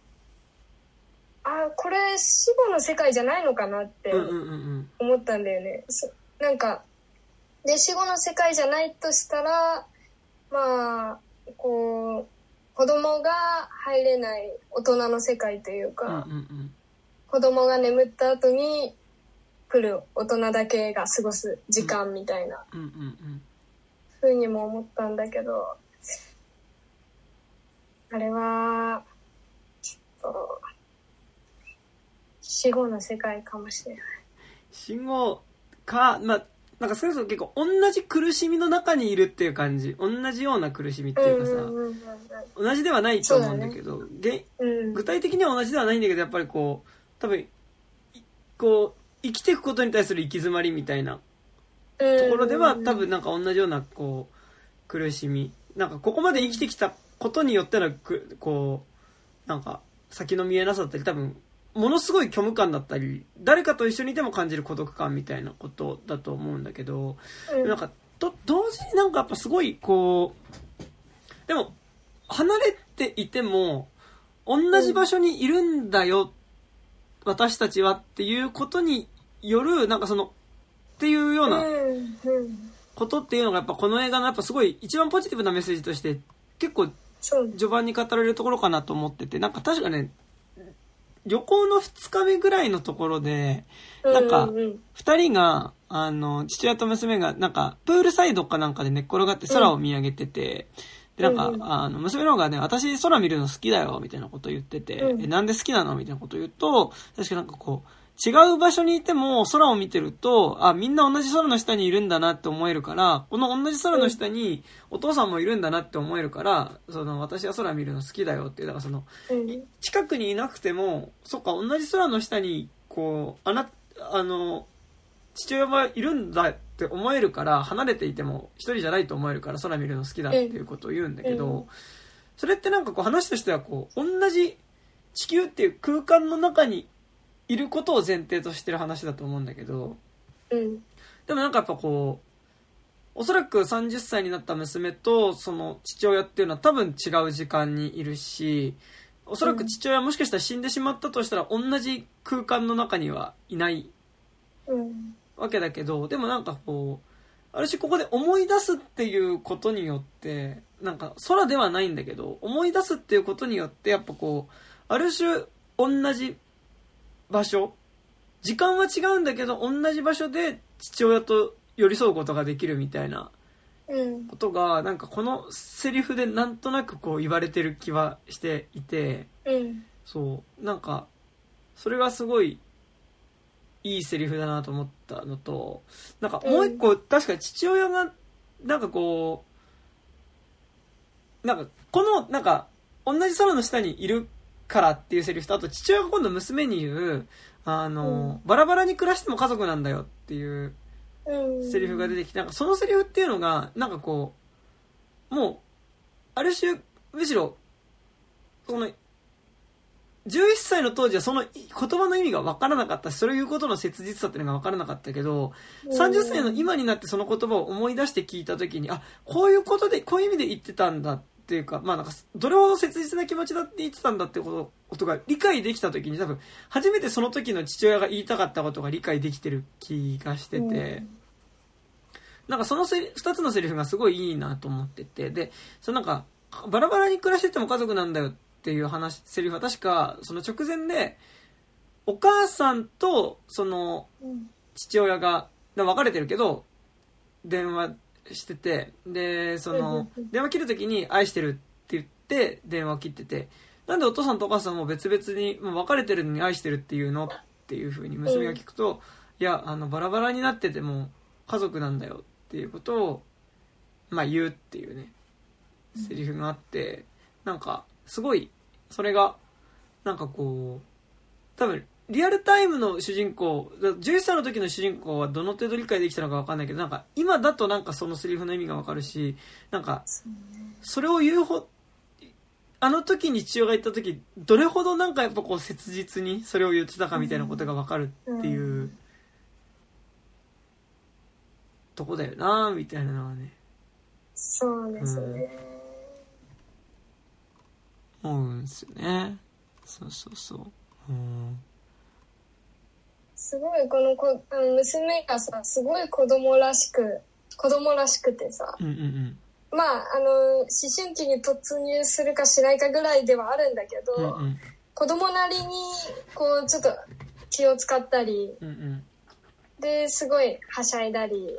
これ死後の世界じゃないのかなって思ったんだよね。なんかで死後の世界じゃないとしたら、まあこう子供が入れない大人の世界というか、子供が眠った後に来る大人だけが過ごす時間みたいなふうにも思ったんだけど、あれはちょっと死後の世界かもしれない。 死後か、まあなんかそれこそ結構同じ苦しみの中にいるっていう感じ、同じような苦しみっていうかさ、同じではないと思うんだけど、具体的には同じではないんだけど、やっぱりこう多分こう生きていくことに対する行き詰まりみたいなところでは多分なんか同じようなこう苦しみ、なんかここまで生きてきたことによってのこうなんか先の見えなさだったり、多分ものすごい虚無感だったり、誰かと一緒にいても感じる孤独感みたいなことだと思うんだけど、なんか同時になんかやっぱすごいこう、でも離れていても同じ場所にいるんだよ、私たちはっていうことによるなんかそのっていうようなことっていうのがやっぱこの映画のやっぱすごい一番ポジティブなメッセージとして結構序盤に語られるところかなと思ってて、なんか確かね旅行の2日目ぐらいのところでなんか2人が父親と娘がなんかプールサイドかなんかで寝っ転がって空を見上げてて、でなんか娘の方がね、私空見るの好きだよみたいなこと言ってて、なんで好きなのみたいなこと言うと、確かなんかこう違う場所にいても空を見てると、みんな同じ空の下にいるんだなって思えるから、この同じ空の下にお父さんもいるんだなって思えるから、その私は空見るの好きだよっていう、だからその、近くにいなくても、そっか同じ空の下にこう父親はいるんだって思えるから、離れていても一人じゃないと思えるから空見るの好きだっていうことを言うんだけど、それってなんかこう話としてはこう同じ地球っていう空間の中にいることを前提としてる話だと思うんだけど、でもなんかやっぱこうおそらく30歳になった娘とその父親っていうのは多分違う時間にいるし、おそらく父親はもしかしたら死んでしまったとしたら同じ空間の中にはいないわけだけど、でもなんかこうある種ここで思い出すっていうことによって、なんか空ではないんだけど思い出すっていうことによってやっぱこうある種同じ場所、時間は違うんだけど同じ場所で父親と寄り添うことができるみたいなことが、なんかこのセリフでなんとなくこう言われてる気はしていて、そうなんかそれがすごいいいセリフだなと思ったのと、なんかもう一個、確かに父親がなんかこうなんかこのなんか同じ空の下にいるからっていうセリフと、あと父親が今度娘に言う、バラバラに暮らしても家族なんだよっていうセリフが出てきて、なんかそのセリフっていうのが、なんかこう、もう、ある種、むしろ、その、11歳の当時はその言葉の意味が分からなかったし、それを言うことの切実さっていうのが分からなかったけど、30歳の今になってその言葉を思い出して聞いたときに、あ、こういうことで、こういう意味で言ってたんだっていうか、まあなんか、どれほど切実な気持ちだって言ってたんだってことが理解できたときに、多分、初めてその時の父親が言いたかったことが理解できてる気がしてて、なんかその2つのセリフがすごいいいなと思ってて、で、そのなんか、バラバラに暮らしてても家族なんだよっていうセリフは確か、その直前で、お母さんと、その、父親が、別れてるけど、電話してて、で、その、電話切るときに愛してるって言って電話を切ってて、なんでお父さんとお母さんも別々に、もう別れてるのに愛してるっていうのっていう風に娘が聞くと、いや、バラバラになってても家族なんだよっていうことを、まあ言うっていうね、セリフがあって、なんか、すごい、それが、なんかこう、多分、リアルタイムの主人公、11歳の時の主人公はどの程度理解できたのか分かんないけど、なんか、今だとなんかそのセリフの意味が分かるし、なんか、それを言うあの時に父親が言った時、どれほどなんかやっぱこう切実にそれを言ってたかみたいなことが分かるっていう、とこだよなみたいなのはね。 そうですね。 思うんですよね。そうそうそう。 すごいこの娘がさ、すごい子供らしくてさ、まあ思春期に突入するかしないかぐらいではあるんだけど、子供なりにこうちょっと気を使ったり、ですごいはしゃいだり、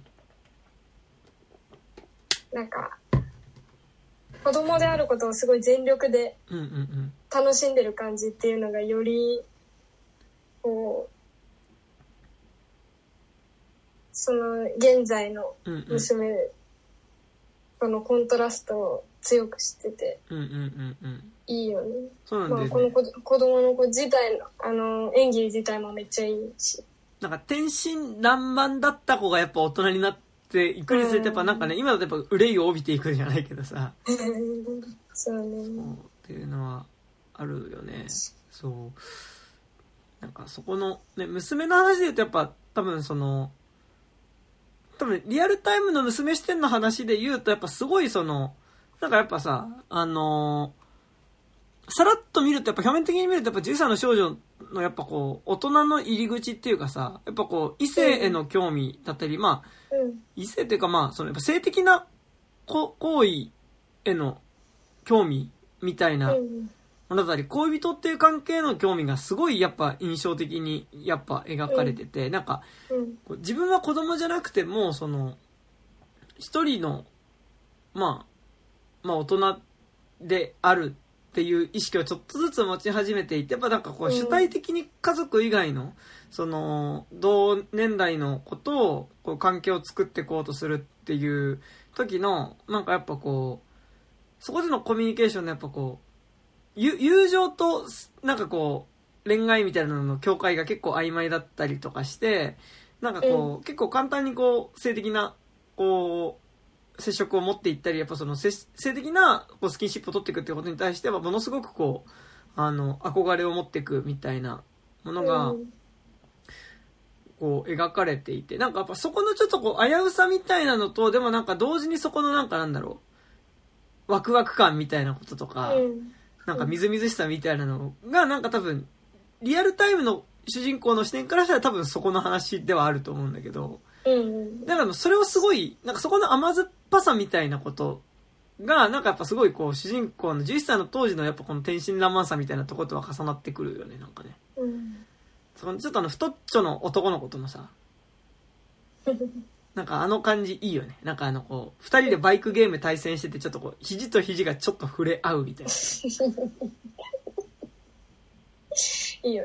なんか子供であることをすごい全力で楽しんでる感じっていうのがよりこうその現在の娘とのコントラストを強くしてていいよね。 そうなんだよね。 まあ、この子供の子自体の演技自体もめっちゃいいし、 なんか天真爛漫だった子がやっぱ大人になっていくにつれてやっぱなんかね、今だとやっぱ憂いを帯びていくじゃないけどさそうね、 っていうのはあるよね。そうなんかそこのね、娘の話で言うとやっぱ多分リアルタイムの娘視点の話で言うとやっぱすごいなんかやっぱささらっと見るとやっぱ表面的に見るとやっぱ11歳の少女のやっぱこう大人の入り口っていうかさ、やっぱこう異性への興味だったり、まあ異性っていうかまあやっぱ性的な行為への興味みたいなものだったり、恋人っていう関係の興味がすごいやっぱ印象的にやっぱ描かれてて、なんか自分は子供じゃなくても一人のまあ大人であるっていう意識をちょっとずつ持ち始めていて、やっぱなんかこう主体的に家族以外の同年代のことをこう関係を作っていこうとするっていう時のなんかやっぱこうそこでのコミュニケーションのやっぱこう友情となんかこう恋愛みたいなのの境界が結構曖昧だったりとかして、なんかこう結構簡単にこう性的なこう接触を持っていったり、やっぱ性的なこうスキンシップを取っていくっていうことに対してはものすごくこう憧れを持っていくみたいなものがこう描かれていて、なんかやっぱそこのちょっとこう危うさみたいなのと、でもなんか同時にそこのなんかなんだろうワクワク感みたいなこととか、なんかみずみずしさみたいなのがなんか多分リアルタイムの主人公の視点からしたら多分そこの話ではあると思うんだけど、だからそれをすごいなんかそこの甘酸っぱさみたいなことがなんかやっぱすごいこう主人公の11歳の当時のやっぱこの天真爛漫さみたいなとことは重なってくるよね、なんかね。そのちょっと太っちょの男の子とのさなんか感じいいよね。なんかこう2人でバイクゲーム対戦しててちょっとこう肘と肘がちょっと触れ合うみたいないいよね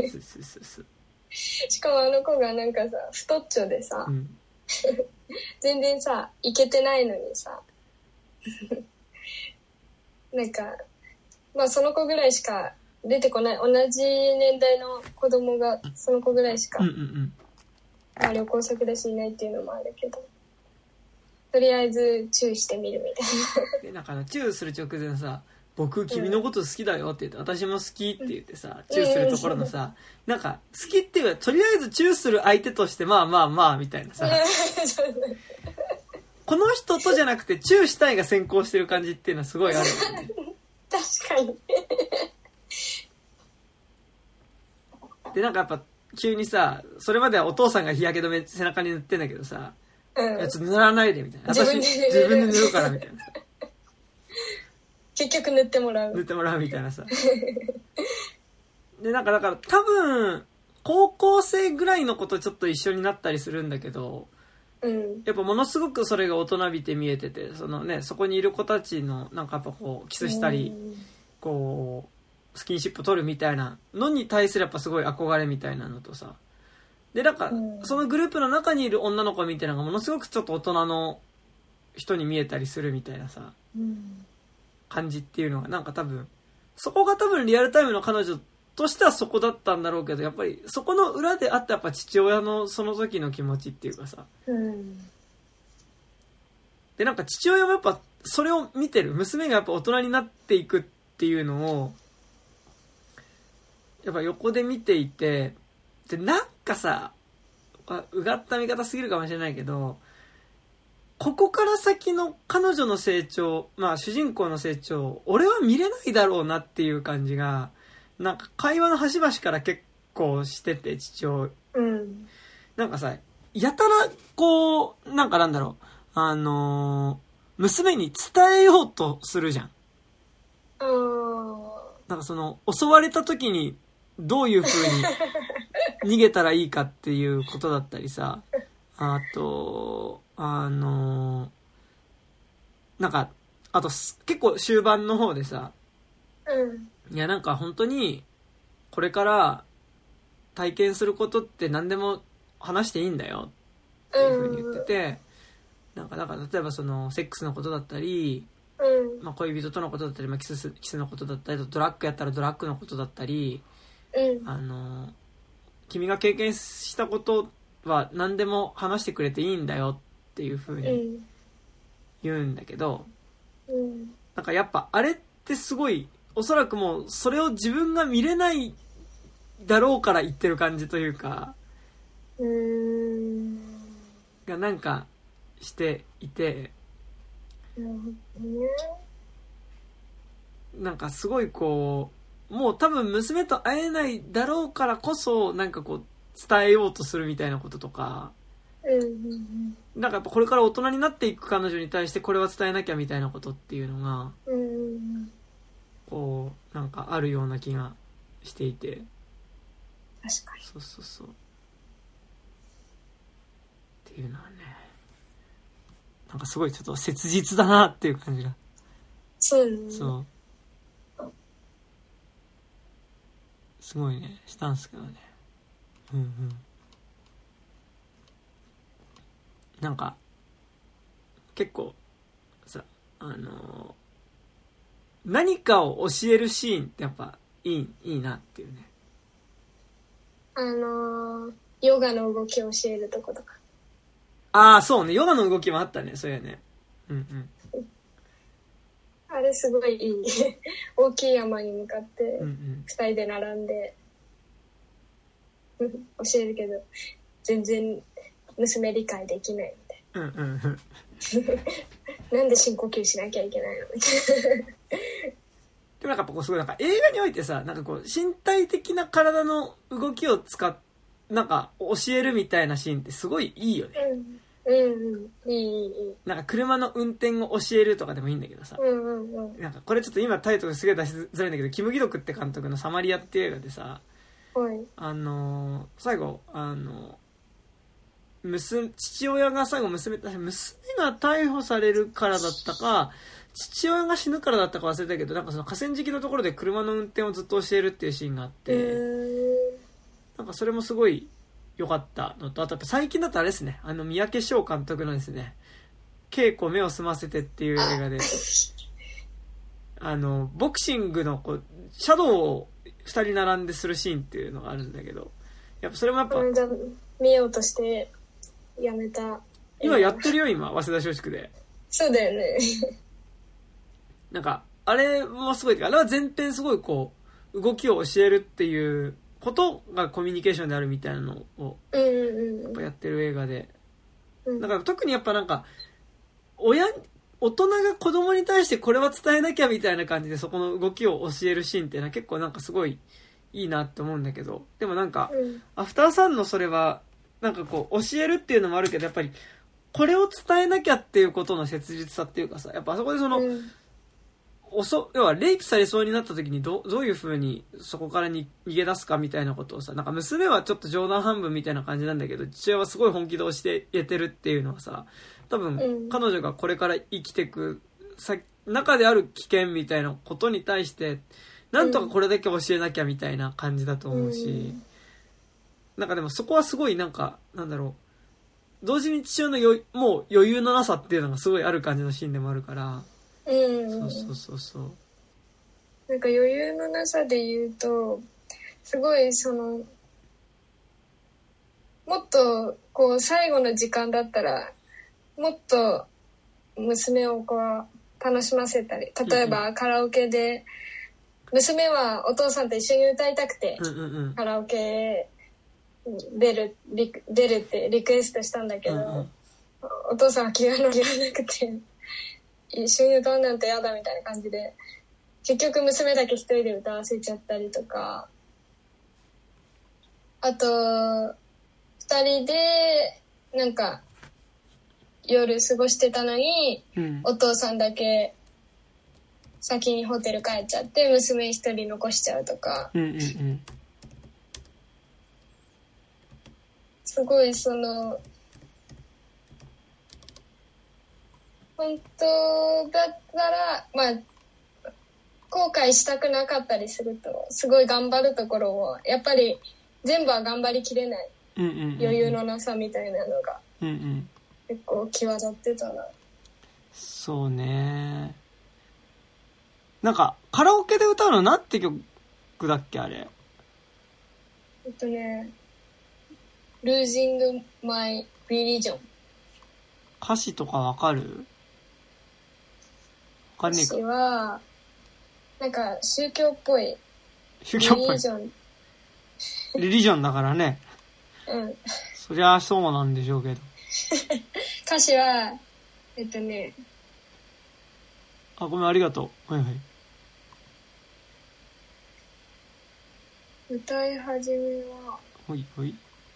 しかも子がなんかさ太っちょでさ、全然さイケてないのにさなんかまあその子ぐらいしか出てこない。同じ年代の子供がその子ぐらいしか、まあ、旅行先だしいないっていうのもあるけど、とりあえずチューしてみるみたいな。 でなんかチューする直前さ、僕君のこと好きだよって言って、私も好きって言ってさ、チューするところのさ、なんか好きっていうかとりあえずチューする相手としてまあまあまあみたいなさこの人とじゃなくてチューしたいが先行してる感じっていうのはすごいあるよね。 確かに。 でなんかやっぱ急にさ、それまではお父さんが日焼け止め背中に塗ってんだけどさ、いやちょっと塗らないでみたいな、私自分で塗るからみたいなさ、 結局塗ってもらうみたいなさでなんかだから多分高校生ぐらいの子とちょっと一緒になったりするんだけど、やっぱものすごくそれが大人びて見えてて、そのね、そこにいる子たちのなんかやっぱこうキスしたり、こうスキンシップ取るみたいなのに対するやっぱすごい憧れみたいなのとさ、でなんかそのグループの中にいる女の子みたいなのがものすごくちょっと大人の人に見えたりするみたいなさ、感じっていうのがなんか多分そこが多分リアルタイムの彼女としてはそこだったんだろうけど、やっぱりそこの裏であったやっぱ父親のその時の気持ちっていうかさ、でなんか父親もやっぱそれを見てる娘がやっぱ大人になっていくっていうのをやっぱ横で見ていて、でなんかさ、うがった見方すぎるかもしれないけど、ここから先の彼女の成長、まあ主人公の成長、俺は見れないだろうなっていう感じがなんか会話の端々から結構してて、父親、なんかさ、やたらこうなんかなんだろう、娘に伝えようとするじゃん。なんかその襲われた時にどういう風に逃げたらいいかっていうことだったりさ、あとなんかあと結構終盤の方でさ、いやなんか本当にこれから体験することって何でも話していいんだよっていう風に言ってて、なんか例えばそのセックスのことだったり、まあ、恋人とのことだったり、まあ、キスのことだったり、ドラッグやったらドラッグのことだったり、君が経験したことは何でも話してくれていいんだよっていう風に言うんだけど、なんかやっぱあれってすごいおそらくもうそれを自分が見れないだろうから言ってる感じというかがなんかしていて、なんかすごいこうもう多分娘と会えないだろうからこそなんかこう伝えようとするみたいなこととか、なんかやっぱこれから大人になっていく彼女に対してこれは伝えなきゃみたいなことっていうのがこうなんかあるような気がしていて、 確かにそうっていうのはね、なんかすごいちょっと切実だなっていう感じがそうすごいねしたんですけどね。なんか結構さ、何かを教えるシーンってやっぱいいなっていうね。 ヨガの動きを教えるとことか。 ああそうね、ヨガの動きもあったね、そうやね。 あれすごいいい大きい山に向かって2人で並んで教えるけど全然娘理解できないみたいな、なんで深呼吸しなきゃいけないのみたいなでもなんかこうすごいなんか映画においてさ、なんかこう身体的な体の動きを使っなんか教えるみたいなシーンってすごいいいよね。 いい。 なんか車の運転を教えるとかでもいいんだけどさ、なんかこれちょっと今タイトルすげえ出しづらいんだけど、キム・ギドクって監督のサマリアっていう映画でさ、最後父親が最後娘が逮捕されるからだったか父親が死ぬからだったか忘れたけど、なんかその河川敷のところで車の運転をずっと教えるっていうシーンがあって、なんかそれもすごい良かったのと、あとやっぱ最近だとあれですね、三宅翔監督のですね、稽古目を澄ませてっていう映画でボクシングのこうシャドウを二人並んでするシーンっていうのがあるんだけど、やっぱそれもやっぱ、 じゃ見ようとしてやめた。 今やってるよ今早稲田松竹で。 そうだよね。 なんかあれもすごい、あれは前編すごいこう動きを教えるっていうことがコミュニケーションであるみたいなのをやっぱやってる映画で、だから特にやっぱなんか大人が子供に対してこれは伝えなきゃみたいな感じでそこの動きを教えるシーンっていうのは結構なんかすごいいいなって思うんだけど、でもなんか、アフターさんのそれはなんかこう教えるっていうのもあるけど、やっぱりこれを伝えなきゃっていうことの切実さっていうかさ、やっぱあそこでその、要はレイプされそうになった時にどういう風にそこから逃げ出すかみたいなことをさ、なんか娘はちょっと冗談半分みたいな感じなんだけど、父親はすごい本気でしてやってるっていうのはさ、多分彼女がこれから生きていく中である危険みたいなことに対してなんとかこれだけ教えなきゃみたいな感じだと思うし、なんかでもそこはすごいなんかなんだろう、同時に父親のもう余裕のなさっていうのがすごいある感じのシーンでもあるから、そうなんか余裕のなさで言うと、すごいそのもっとこう最後の時間だったらもっと娘をこう楽しませたり、例えばカラオケで娘はお父さんと一緒に歌いたくて、カラオケ出るってリクエストしたんだけど、お父さんは気が乗りなくて一緒に歌うなんてやだみたいな感じで、結局娘だけ一人で歌わせちゃったりとか、あと2人でなんか夜過ごしてたのに、お父さんだけ先にホテル帰っちゃって娘一人残しちゃうとか、すごいその本当だったらまあ後悔したくなかったりするとすごい頑張るところをやっぱり全部は頑張りきれない、余裕のなさみたいなのが、結構際立ってたな。 そうね。なんかカラオケで歌うのなんて曲だっけあれ。 Losing My Religion。 歌詞とかわかる？わかんねえか。 歌詞はなんか宗教っぽい。 宗教っぽい。リリジョンだからね。そりゃそうなんでしょうけど。 歌詞はあ、ごめんありがとう。はいはい。 歌い始めはほいほい。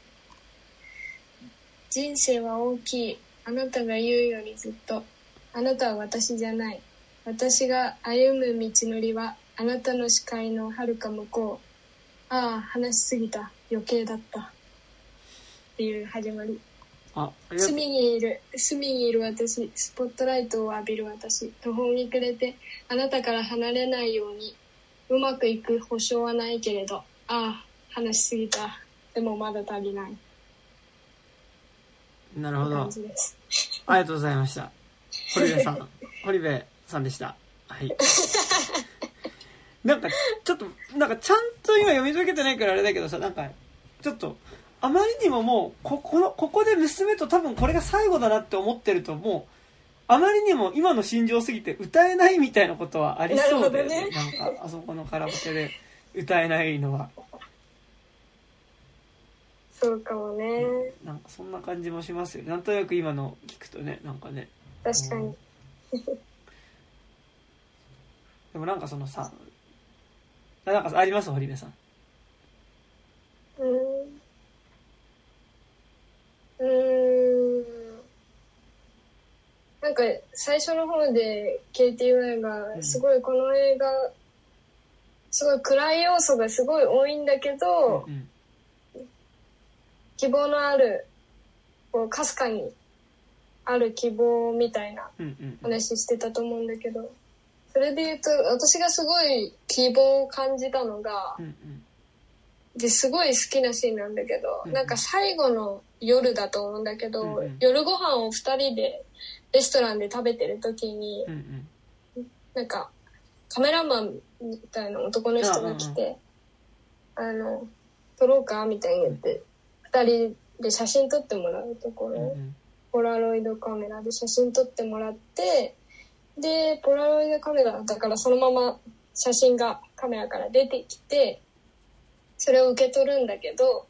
人生は大きい。あなたが言うよりずっと。あなたは私じゃない。私が歩む道のりはあなたの視界の遥か向こう。ああ、話しすぎた。余計だった。っていう始まり。隅にいる私、スポットライトを浴びる私、途方に暮れてあなたから離れないように、うまくいく保証はないけれど、ああ、話しすぎた。でもまだ足りない。 なるほど。ありがとうございました。堀部さんでした。はい。なんかちょっとなんかちゃんと今読み解けてないからあれだけどさ、なんかちょっとあまりにももうここで娘と多分これが最後だなって思ってると、もうあまりにも今の心情すぎて歌えないみたいなことはありそうだよね。なんかあそこのカラオケで歌えないのは。 そうかもね。 なんかそんな感じもしますよね。なんとなく今の聞くとね、なんかね。 確かに。 でもなんかそのさ、なんかあります堀部さん。 なんか最初の方で KTY がすごいこの映画すごい暗い要素がすごい多いんだけど、希望のあるこうかすかにある希望みたいな話してたと思うんだけど、それで言うと私がすごい希望を感じたのが、ですごい好きなシーンなんだけど、なんか最後の夜だと思うんだけど、夜ご飯を2人でレストランで食べてる時に、なんかカメラマンみたいな男の人が来て、撮ろうかみたいに言って、2人で写真撮ってもらうところ、ポラロイドカメラで写真撮ってもらって、で、ポラロイドカメラだからそのまま写真がカメラから出てきて、それを受け取るんだけど、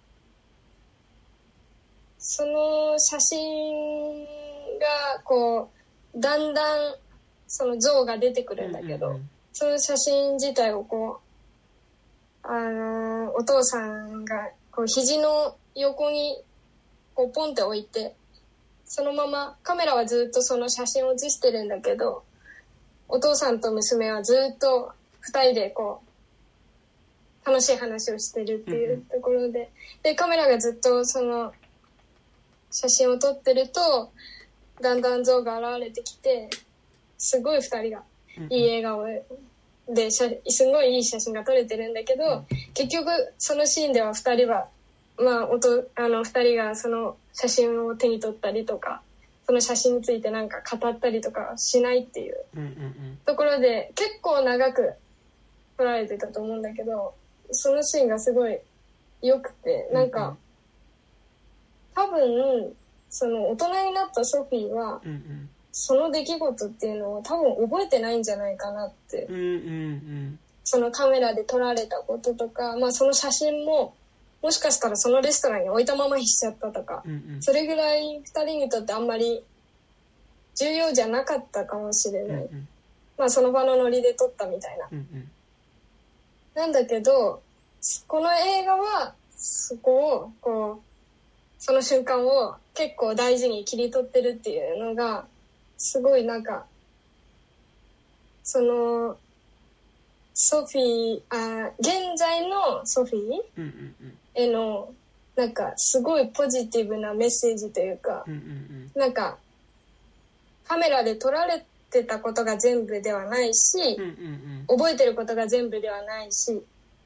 その写真がこうだんだんその像が出てくるんだけど、その写真自体をこうお父さんがこう肘の横にこうポンって置いて、そのままカメラはずっとその写真を写してるんだけど、お父さんと娘はずっと2人でこう楽しい話をしてるっていうところで、でカメラがずっとその写真を撮ってると、だんだん像が現れてきて、すごい2人がいい笑顔ですごいいい写真が撮れてるんだけど、結局そのシーンでは2人は2人がその写真を手に取ったりとか、その写真についてなんか語ったりとかしないっていうところで、結構長く撮られてたと思うんだけど、そのシーンがすごい良くて、なんか多分その大人になったソフィーは、その出来事っていうのを多分覚えてないんじゃないかなって、そのカメラで撮られたこととか、その写真ももしかしたらそのレストランに置いたままにしちゃったとか、それぐらい2人にとってあんまり重要じゃなかったかもしれない、その場のノリで撮ったみたいな、なんだけど、この映画はそこをこうその瞬間を結構大事に切り取ってるっていうのがすごいなんか、そのソフィー現在のソフィーへのなんかすごいポジティブなメッセージというか、なんかカメラで撮られてたことが全部ではないし、覚えてることが全部ではないし、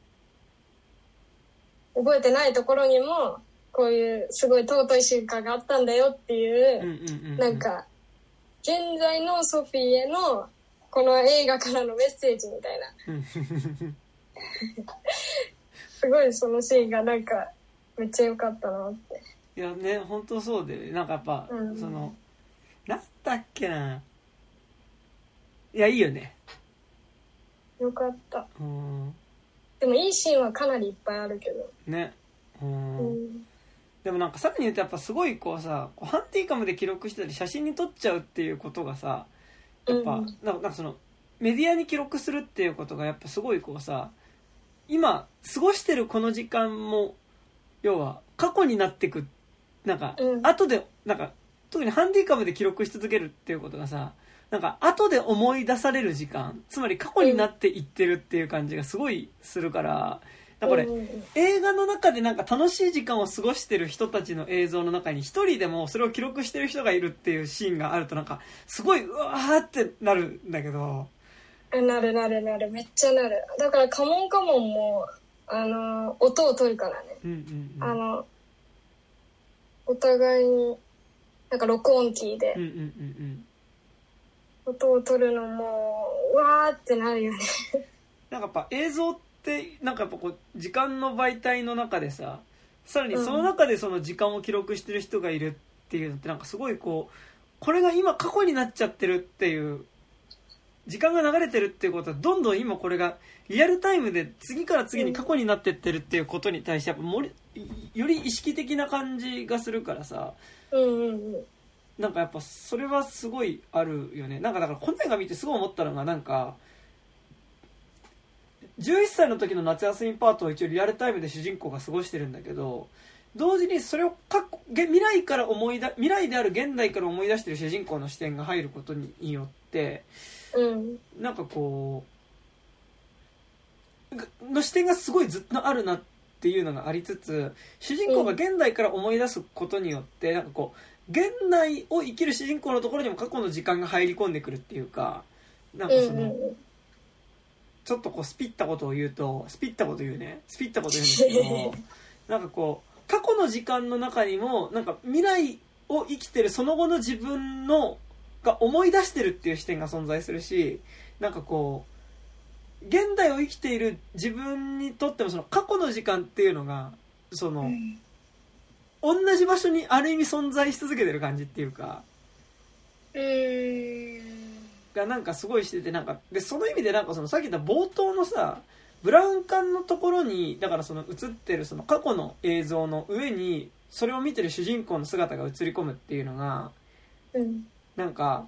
覚えてないところにもこういうすごい尊い瞬間があったんだよっていう、なんか現在のソフィーへのこの映画からのメッセージみたいなすごいそのシーンがなんかめっちゃ良かったなって。 いやね、本当そうで、なんかやっぱ、そのなんだっけな、いやいいよね、 よかった。でもいいシーンはかなりいっぱいあるけどね。でもなんかさらに言うとやっぱすごいこうさ、ハンディカムで記録してたり写真に撮っちゃうっていうことがさ、やっぱ、なんかそのメディアに記録するっていうことがやっぱすごいこうさ、今過ごしてるこの時間も要は過去になってく、なんか後でなんか特にハンディカムで記録し続けるっていうことがさ、なんか後で思い出される時間、つまり過去になっていってるっていう感じがすごいするから、これ映画の中でなんか楽しい時間を過ごしてる人たちの映像の中に一人でもそれを記録してる人がいるっていうシーンがあると、なんかすごいうわーってなるんだけど、 なるめっちゃなる。だからカモンカモンも音を取るからね、お互いになんか録音機で音を取るのもうわーってなるよねなんかやっぱ映像ってなんかやっぱこう時間の媒体の中でさ、さらにその中でその時間を記録してる人がいるっていうのってなんかすごいこう、これが今過去になっちゃってるっていう、時間が流れてるっていうことはどんどん今これがリアルタイムで次から次に過去になってってるっていうことに対してやっぱより意識的な感じがするからさ、なんかやっぱそれはすごいあるよね。なんかだからこの映画見てすごい思ったのが、なんか11歳の時の夏休みパートを一応リアルタイムで主人公が過ごしてるんだけど、同時にそれを未来である現代から思い出してる主人公の視点が入ることによって、なんかこうの視点がすごいずっとあるなっていうのがありつつ、主人公が現代から思い出すことによってなんかこう現代を生きる主人公のところにも過去の時間が入り込んでくるっていうか、なんかそのちょっとこうスピったことを言うんですけどなんかこう過去の時間の中にもなんか未来を生きてるその後の自分のが思い出してるっていう視点が存在するし、なんかこ現代を生きている自分にとってもその過去の時間っていうのがその、同じ場所にある意味存在し続けてる感じっていうか、がなんかすごいしてて、なんかでその意味でなんかそのさっき言った冒頭のさブラウン管のところにだからその映ってるその過去の映像の上にそれを見てる主人公の姿が映り込むっていうのが、なんか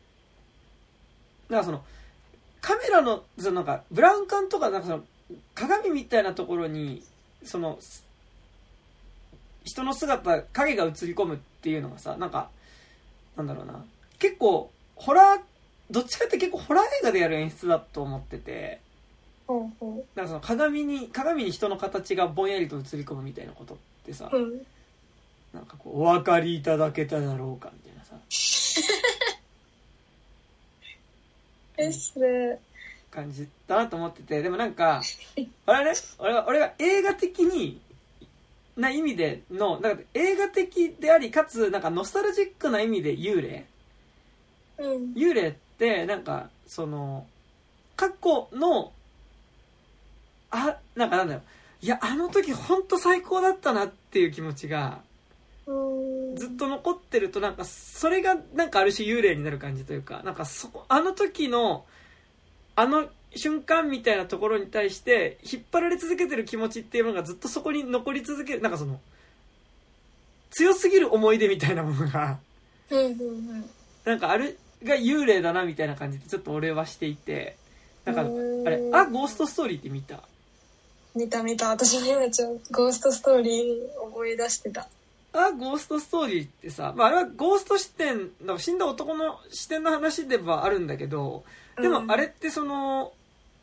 そのカメラのそのなんかブラウン管とかなんかその鏡みたいなところにその人の姿影が映り込むっていうのがさ、なんかなんだろうな、結構ホラー、どっちかって結構ホラー映画でやる演出だと思ってて、なんかその鏡に人の形がぼんやりと映り込むみたいなことってさ、なんかこうお分かりいただけただろうかみたいなさそれ感じだなと思ってて、でもなんか俺が映画的にな意味でのなんか映画的でありかつなんかノスタルジックな意味で幽霊ってなんかその過去のなんだよ、いやあの時本当最高だったなっていう気持ちがずっと残ってると、なんかそれがなんかある種幽霊になる感じというか、なんかあの時のあの瞬間みたいなところに対して引っ張られ続けてる気持ちっていうのがずっとそこに残り続ける、なんかその強すぎる思い出みたいなものがなんかが幽霊だなみたいな感じでちょっと俺はしていて、なんかあれゴーストストーリーって見た私も今ゴーストストーリー思い出してた。 ゴーストストーリーってさ、あれはゴースト視点、死んだ男の視点の話ではあるんだけど、でもあれってその、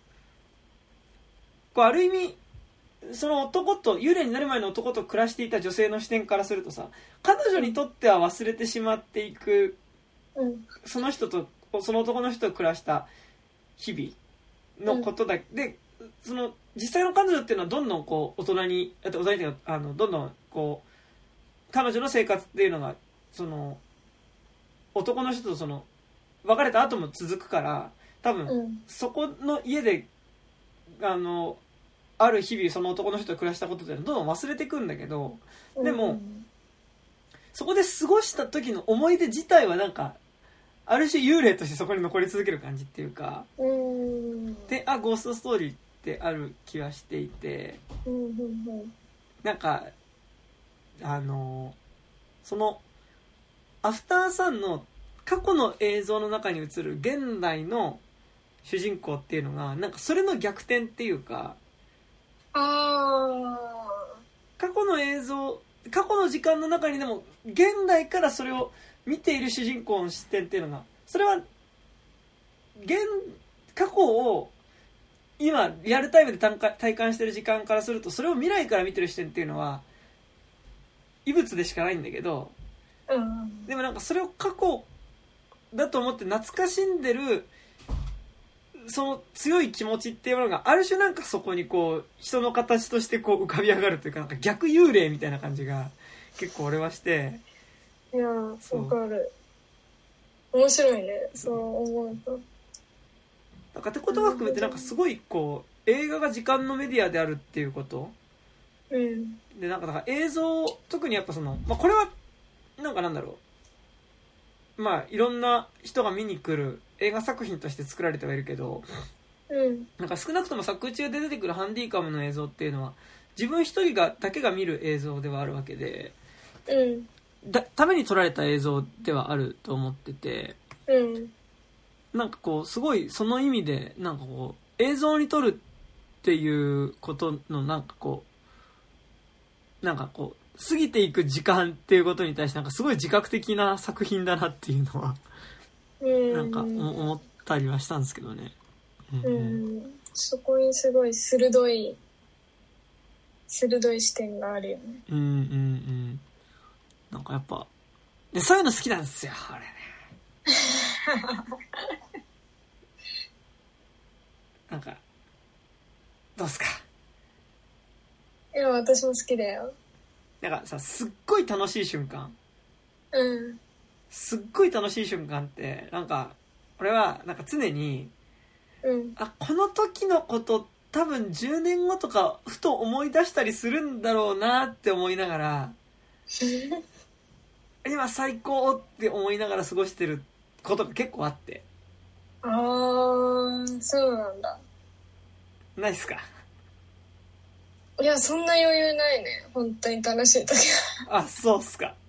こうある意味その幽霊になる前の男と暮らしていた女性の視点からするとさ、彼女にとっては忘れてしまっていく、その男の人と暮らした日々のことだ、でその実際の彼女っていうのはどんどんこう大人にどんどんこう彼女の生活っていうのがその男の人とその別れた後も続くから、多分そこの家である日々その男の人と暮らしたことってどんどん忘れていくんだけど、でもそこで過ごした時の思い出自体はなんかある種幽霊としてそこに残り続ける感じっていうか、でゴーストストーリーってある気はしていて、なんかそのアフターサンの過去の映像の中に映る現代の主人公っていうのがなんかそれの逆転っていうか、過去の映像、過去の時間の中にでも現代からそれを見ている主人公の視点っていうのが、それは過去を今リアルタイムで体感してる時間からすると、それを未来から見てる視点っていうのは異物でしかないんだけど、でもなんかそれを過去だと思って懐かしんでるその強い気持ちっていうものがある種なんかそこにこう人の形としてこう浮かび上がるというか、なんか逆幽霊みたいな感じが結構俺はして、 いやわかる、面白いね、そう思うと。 なんかってことが含めてなんかすごいこう映画が時間のメディアであるっていうこと、でなんかだから映像、特にやっぱその、これはなんかなんだろう、いろんな人が見に来る映画作品として作られてはいるけど、なんか少なくとも作中で出てくるハンディカムの映像っていうのは自分一人だけが見る映像ではあるわけで、ために撮られた映像ではあると思ってて、なんかこうすごいその意味でなんかこう映像に撮るっていうことのなんかこう過ぎていく時間っていうことに対してなんかすごい自覚的な作品だなっていうのはなんか思ったりはしたんですけどね。 そこにすごい鋭い視点があるよね。 なんかやっぱでそういうの好きなんですよ、あれね。なんかどうすか。 いや私も好きだよ。 なんかさ、すっごい楽しい瞬間、すっごい楽しい瞬間ってなんか俺はなんか常にこの時のこと多分10年後とかふと思い出したりするんだろうなって思いながら今最高って思いながら過ごしてることが結構あって。 あー、そうなんだ。 ないっすか？ いや、そんな余裕ないね。本当に楽しい時は。あ、そうっすか。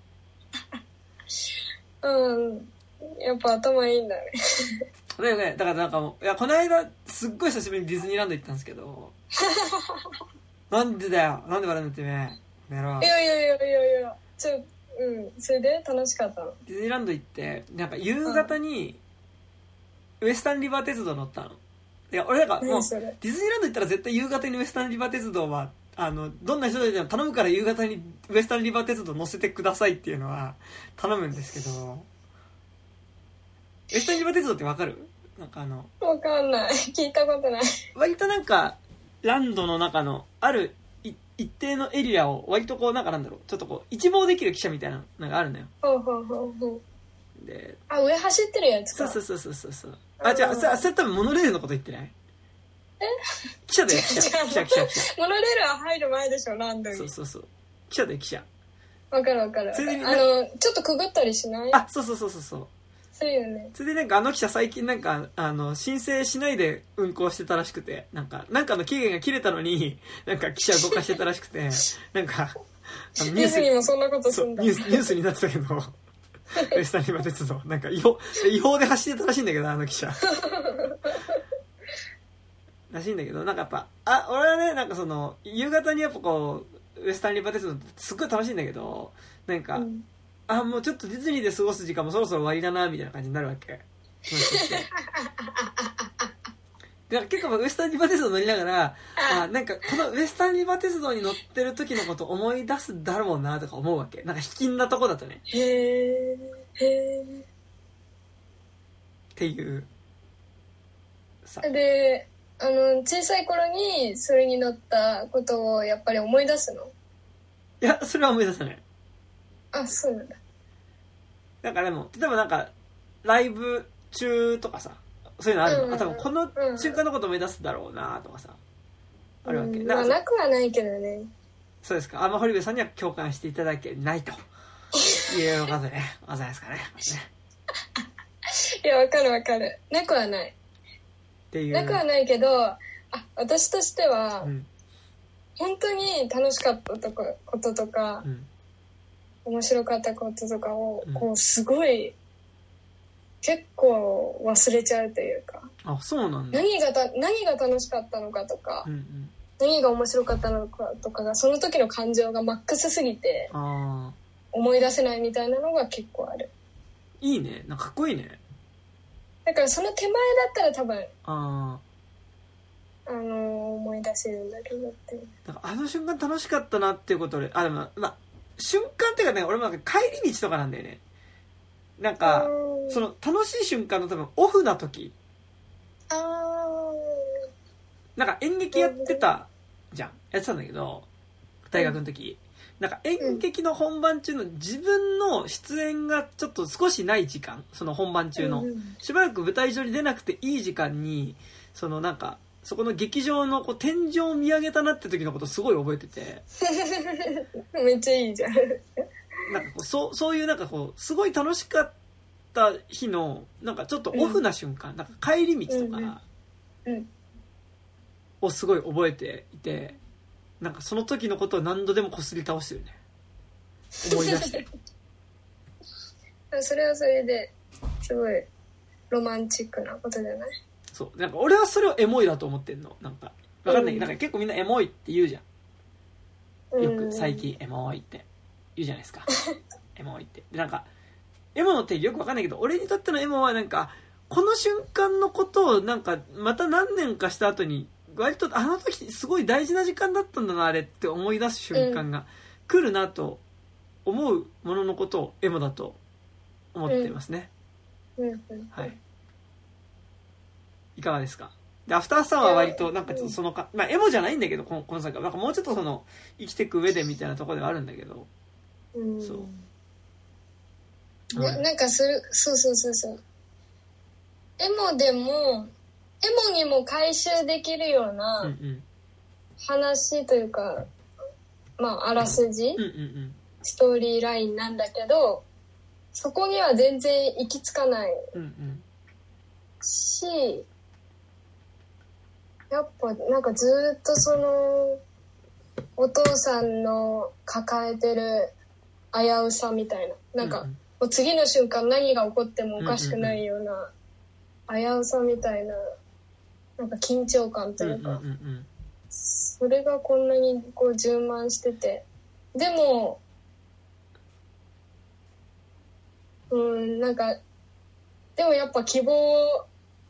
うん。やっぱ頭いいんだね。 だよね。だからなんかもう、いや、この間、すっごい久しぶりにディズニーランド行ったんですけど、なんでだよ。なんで笑うんだってめえ。やろう。 いやいやいやいやいや。それで楽しかったの？ ディズニーランド行って、なんか夕方に、ウエスタンリバー鉄道乗ったの。いや、俺なんかもう、ディズニーランド行ったら絶対夕方にウエスタンリバー鉄道は、どんな人でも頼むから夕方にウエスタンリバー鉄道乗せてくださいっていうのは頼むんですけど、ウエスタンリバー鉄道ってわかる？なんかわかんない。聞いたことない。 割となんか、ランドの中のある一定のエリアを割とこうなんかなんだろう、ちょっとこう一望できる汽車みたいなのがあるのよ。 ほうほうほうほう。 で、 上走ってるやつか。 そう。あ、じゃあ、それ多分モノレールのこと言ってない？汽車だよ、汽車。 モノレールは入る前でしょ、ランドに。 そう。汽車だよ、汽車。 わかる。 それでちょっとくぐったりしない？ あ、そう。 そうよね。 それでなんか汽車最近なんか、申請しないで運行してたらしくて、なんかの期限が切れたのに、なんか汽車動かしてたらしくて、なんか、 ニュースにもそんなことすんだ。 ニュースになってたけど、ウエスタンリバー鉄道、なんか違法で走ってたらしいんだけど、汽車。らしいんだけど、なんかやっぱ、俺はね、なんか夕方にやっぱこう、ウエスタンリバー鉄道ってすっごい楽しいんだけど、なんか、もうちょっとディズニーで過ごす時間もそろそろ終わりだな、みたいな感じになるわけ。で結構ウエスタンリバー鉄道乗りながら、なんかこのウエスタンリバー鉄道に乗ってる時のこと思い出すだろうな、とか思うわけ。なんか卑近なとこだとね。 へー。 っていう。 さ。で、小さい頃にそれに乗ったことをやっぱり思い出すの？ いや、それは思い出さない。 あ、そうなんだ。 だからでも、例えばなんか、ライブ中とかさ、そういうのあるの、多分この瞬間のこと思い出すだろうなとかさ、あるわけ。 まあなくはないけどね。 そうですか。堀部さんには共感していただけないということでね、ございますかね。 いや、わかる。なくはない。っていう。なくはないけど、私としては、本当に楽しかったこととか、面白かったこととかを、こうすごい結構忘れちゃうというか。 あ、そうなんだ。 何が楽しかったのかとか、何が面白かったのかとかが、その時の感情がマックスすぎて思い出せないみたいなのが結構ある。 いいね。なんかかっこいいね。 だからその手前だったら多分思い出せるんだけどって。 だから瞬間楽しかったなっていうことで、でも瞬間っていうかね、俺もなんか帰り道とかなんだよね。なんかその楽しい瞬間の多分オフな時。なんか演劇やってたじゃん。やってたんだけど、大学の時。なんか演劇の本番中の自分の出演がちょっと少しない時間、その本番中の。しばらく舞台上に出なくていい時間に、なんか、そこの劇場のこう天井を見上げたなって時のことすごい覚えてて。 めっちゃいいじゃん。 なんかこうそういうなんかこう、すごい楽しかった日の、なんかちょっとオフな瞬間、なんか帰り道とか、をすごい覚えていて、なんかその時のことを何度でもこすり倒してるね。思い出して。 それはそれですごいロマンチックなことじゃない？ そう。なんか俺はそれをエモいだと思ってんの。なんか、わかんないけど、なんか結構みんなエモいって言うじゃん。よく最近エモいって言うじゃないですか。エモいって。で、なんか、エモの定義よくわかんないけど、俺にとってのエモはなんか、この瞬間のことをなんか、また何年かした後に、割とあの時すごい大事な時間だったんだなあれって思い出す瞬間が来るなと思うもののことをエモだと思っていますね。はい。いかがですか？でアフターサンは割となんかちょっとまあエモじゃないんだけどこの作はなんかもうちょっと生きていく上でみたいなところではあるんだけど、そう。 なんかそう。エモでもエモにも回収できるよううんうなん話というか、まああらすじ、 うんうんストーリーラインなんだけど、そこには全然行き着かないうんうんし、やっぱなんかずっとそのお父さんの抱えてる危うさみたいな、なんかもう次の瞬間何が起こってもおかしくないような危うさみたいな、なんか緊張感というか、それがこんなにこう充満してて、でもなんかでもやっぱ希望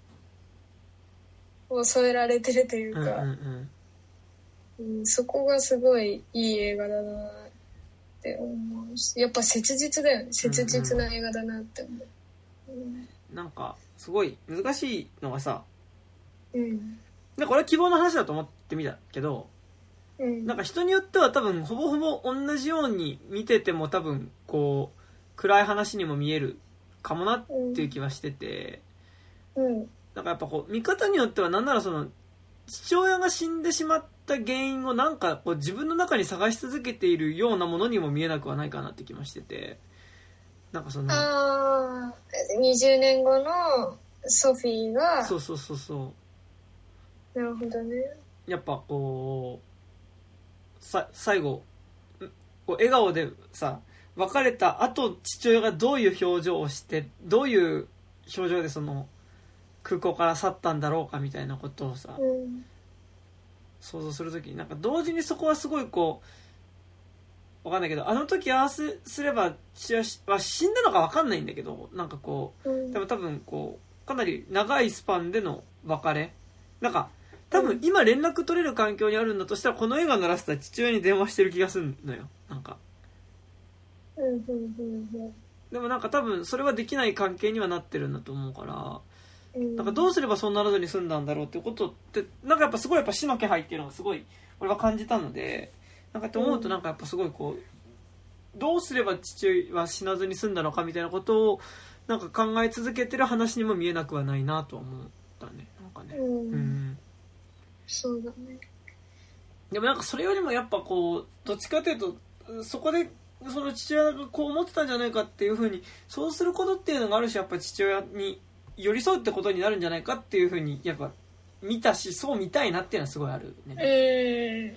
を添えられてるというか、そこがすごいいい映画だなって思うし、やっぱ切実だよね。切実な映画だなって思う。 なんかすごい難しいのがさ、 うん、 なんかこれは希望の話だと思ってみたけど、 うん、 なんか人によっては多分ほぼほぼ同じように見てても多分こう暗い話にも見えるかもなっていう気はしてて、なんかやっぱこう見方によってはなんならその父親が死んでしまった原因をなんかこう自分の中に探し続けているようなものにも見えなくはないかなって気もしてて、なんかその 20年後のソフィーが、 そうそうそうそう、 なるほどね。 やっぱこう最後こう笑顔でさ別れた後父親がどういう表情をしてどういう表情でその空港から去ったんだろうかみたいなことをさ、想像するときになんか同時にそこはすごいこうわかんないけど、あの時合わせすれば父親は死んだのかわかんないんだけど、なんかこうでも多分こうかなり長いスパンでの別れ、なんか多分今連絡取れる環境にあるんだとしたらこの映画のラストは父親に電話してる気がするのよ。なんかでもなんか多分それはできない関係にはなってるんだと思うから、なんかどうすればそうならずに済んだんだろうってことってなんかやっぱすごいやっぱ死の気配っていうのがすごい俺は感じたので、なんかって思うとなんかやっぱすごいこうどうすれば父親は死なずに済んだのかみたいなことをなんか考え続けてる話にも見えなくはないなと思ったね。なんかね、 そうだね。 でもなんかそれよりもやっぱこうどっちかというとそこでその父親がこう思ってたんじゃないかっていう風にそうすることっていうのがあるし、やっぱ父親に寄り添うってことになるんじゃないかっていう風にやっぱ見たし、そう見たいなっていうのはすごいあるね。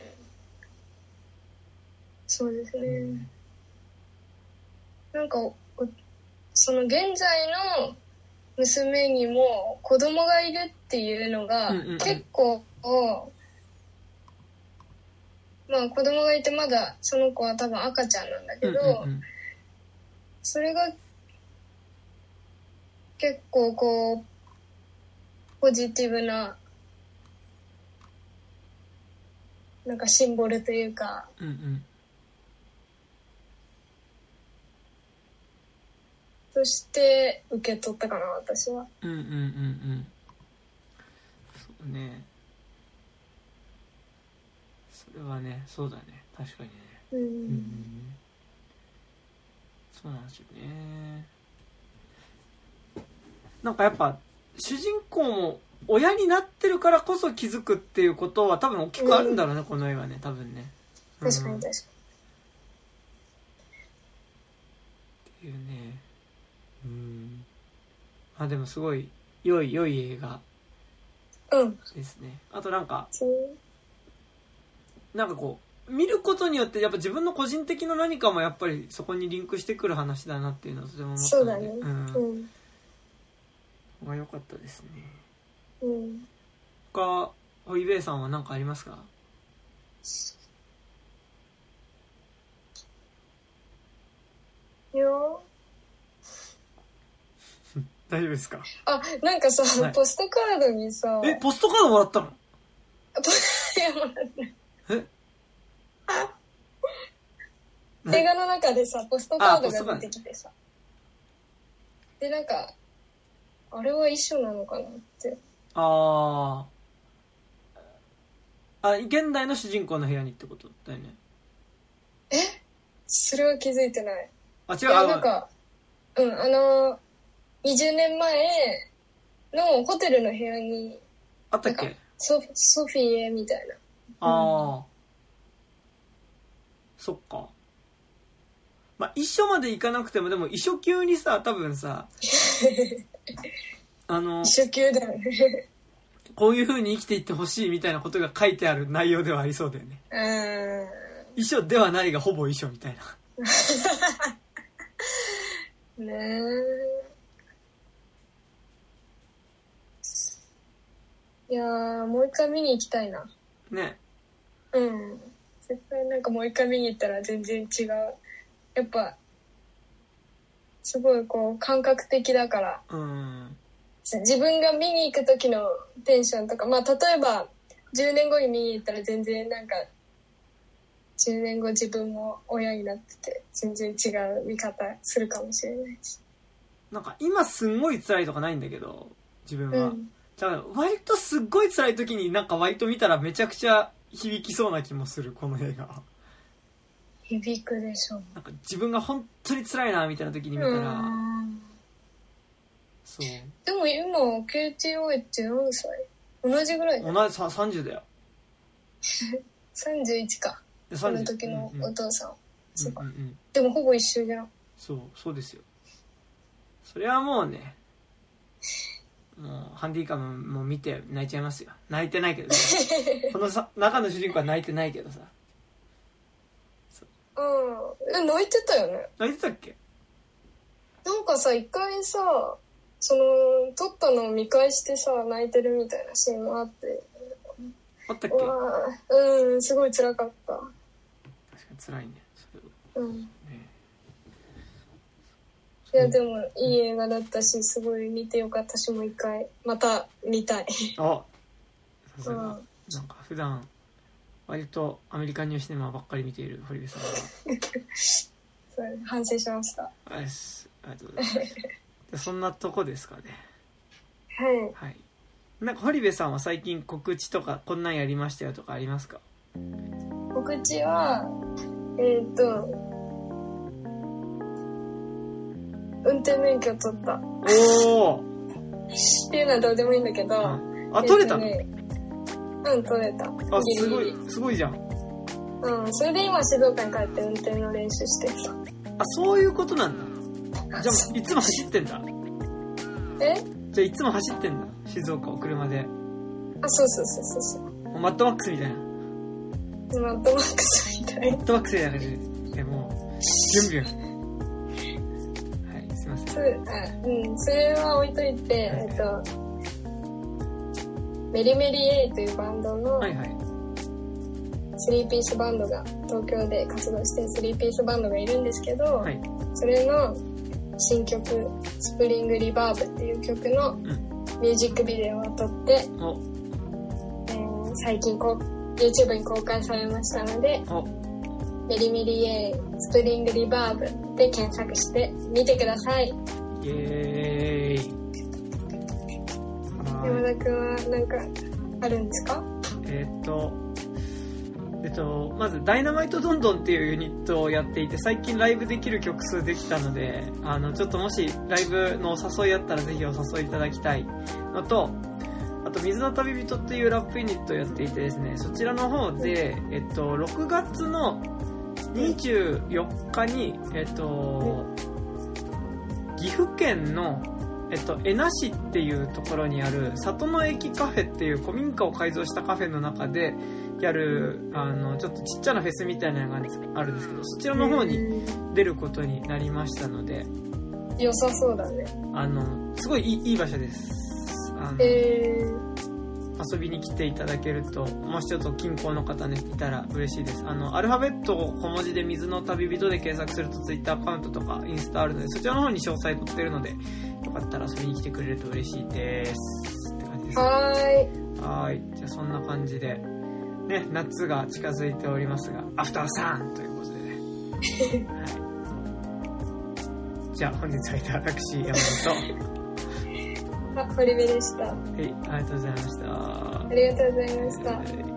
そうですね。なんかその現在の娘にも子供がいるっていうのが結構、まあ子供がいてまだその子は多分赤ちゃんなんだけど、それが結構こうポジティブななんかシンボルというか、として受け取ったかな私は。 そうね。それはね、そうだね、確かにね。そうなんですよね。なんかやっぱ主人公も親になってるからこそ気づくっていうことは多分大きくあるんだろうね、この映画ね、多分ね。 確かに確かに。 っていうね。あ、でもすごい良い映画ですね。あとなんかこう見ることによってやっぱ自分の個人的な何かもやっぱりそこにリンクしてくる話だなっていうのはとても思ったので、 そうだね。 が良かったですね。他ホイベイさんは何かありますか？大丈夫ですか？ あ、なんかさ、はい、ポストカードにさ、 ポストカードもらったの？ いや、もらった。映画の中でさ、ポストカードが出てきてさ、でなんかあれは一緒なのかなって。 現代の主人公の部屋にってことだよね。 それは気づいてない。 違う。 なんか20年前のホテルの部屋にあったっけ？ ソフィエみたいな。 ああ、そっか。まあ、一緒までいかなくても、でも一緒級にさ、多分さ、 一緒級だよね。 こういう風に生きていってほしいみたいなことが書いてある内容ではありそうだよね。一緒ではないがほぼ一緒みたいな。 ねえ。いやー、もう一回見に行きたいな。 ね。 うん。絶対なんかもう一回見に行ったら全然違う。やっぱ、すごいこう感覚的だから。自分が見に行く時のテンションとか、まあ例えば10年後に見に行ったら全然なんか、10年後自分も親になってて全然違う見方するかもしれないし。 なんか今すんごい辛いとかないんだけど、自分は。だから割とすっごい辛い時になんか割と見たらめちゃくちゃ響きそうな気もする、この映画。 響くでしょう。 なんか自分が本当に辛いなみたいな時に見たら、そう。 でも今 KTOA って何歳？同じぐらいだよ。 同じ30だよ。 31か。その時のお父さん。そうか。でもほぼ一緒じゃん。 そうですよ。それはもうね、もうハンディカムも見て泣いちゃいますよ。泣いてないけどね。この中の主人公は泣いてないけどさ。 泣いてたよね。 泣いてたっけ？ なんかさ、一回さ、撮ったのを見返してさ、泣いてるみたいなシーンもあって。 あったっけ？ すごい辛かった。 確かに辛いね。 いや、でもいい映画だったし、すごい見てよかったし、もう一回また見たい。 さすが。なんか普段割とアメリカンニューシネマばっかり見ている堀部さんが反省しました。 ありがとうございます。そんなとこですかね。はい。なんか堀部さんは最近告知とかこんなんやりましたよとかありますか？ 告知は運転免許取った。 おお。 っていうのはどうでもいいんだけど。 取れたの？ 取れた。 すごいじゃん。 それで今静岡に帰って運転の練習してるの。 そういうことなんだ。じゃあいつも走ってんだ。じゃあいつも走ってんだ、静岡を車で。 そうマッドマックスみたいな。 マッドマックスみたいな。 マッドマックスみたいな感じで、もうビュンビュン。すいません。 それは置いといて、メリメリ A というバンドの3ピースバンドが東京で活動してる3ピースバンドがいるんですけど、それの新曲スプリングリバーブっていう曲のミュージックビデオを撮って、最近YouTube に公開されましたので、メリメリ A スプリングリバーブで検索してみてください。 イエーイ。 山田くんは何かあるんですか？ まずダイナマイトドンドンっていうユニットをやっていて、最近ライブできる曲数できたので、ちょっともしライブのお誘いあったらぜひお誘いいただきたいのと、あと水の旅人っていうラップユニットをやっていてですね、そちらの方で6月の24日に岐阜県の恵那市っていうところにある里の駅カフェっていう古民家を改造したカフェの中でやるちょっとちっちゃなフェスみたいなのがあるんですけど、そちらの方に出ることになりましたので、 良さそうだね。 すごいいい場所です。遊びに来ていただけると、もしちょっと近郊の方ねいたら嬉しいです。アルファベットを小文字で水の旅人で検索すると Twitter アカウントとかインスタあるので、そちらの方に詳細載ってるので、よかったら遊びに来てくれると嬉しいですって感じです。はい。じゃあそんな感じでね、夏が近づいておりますが、アフターサンということでね。じゃあ本日はいた私山本と堀部でした。 はい、ありがとうございました。 ありがとうございました。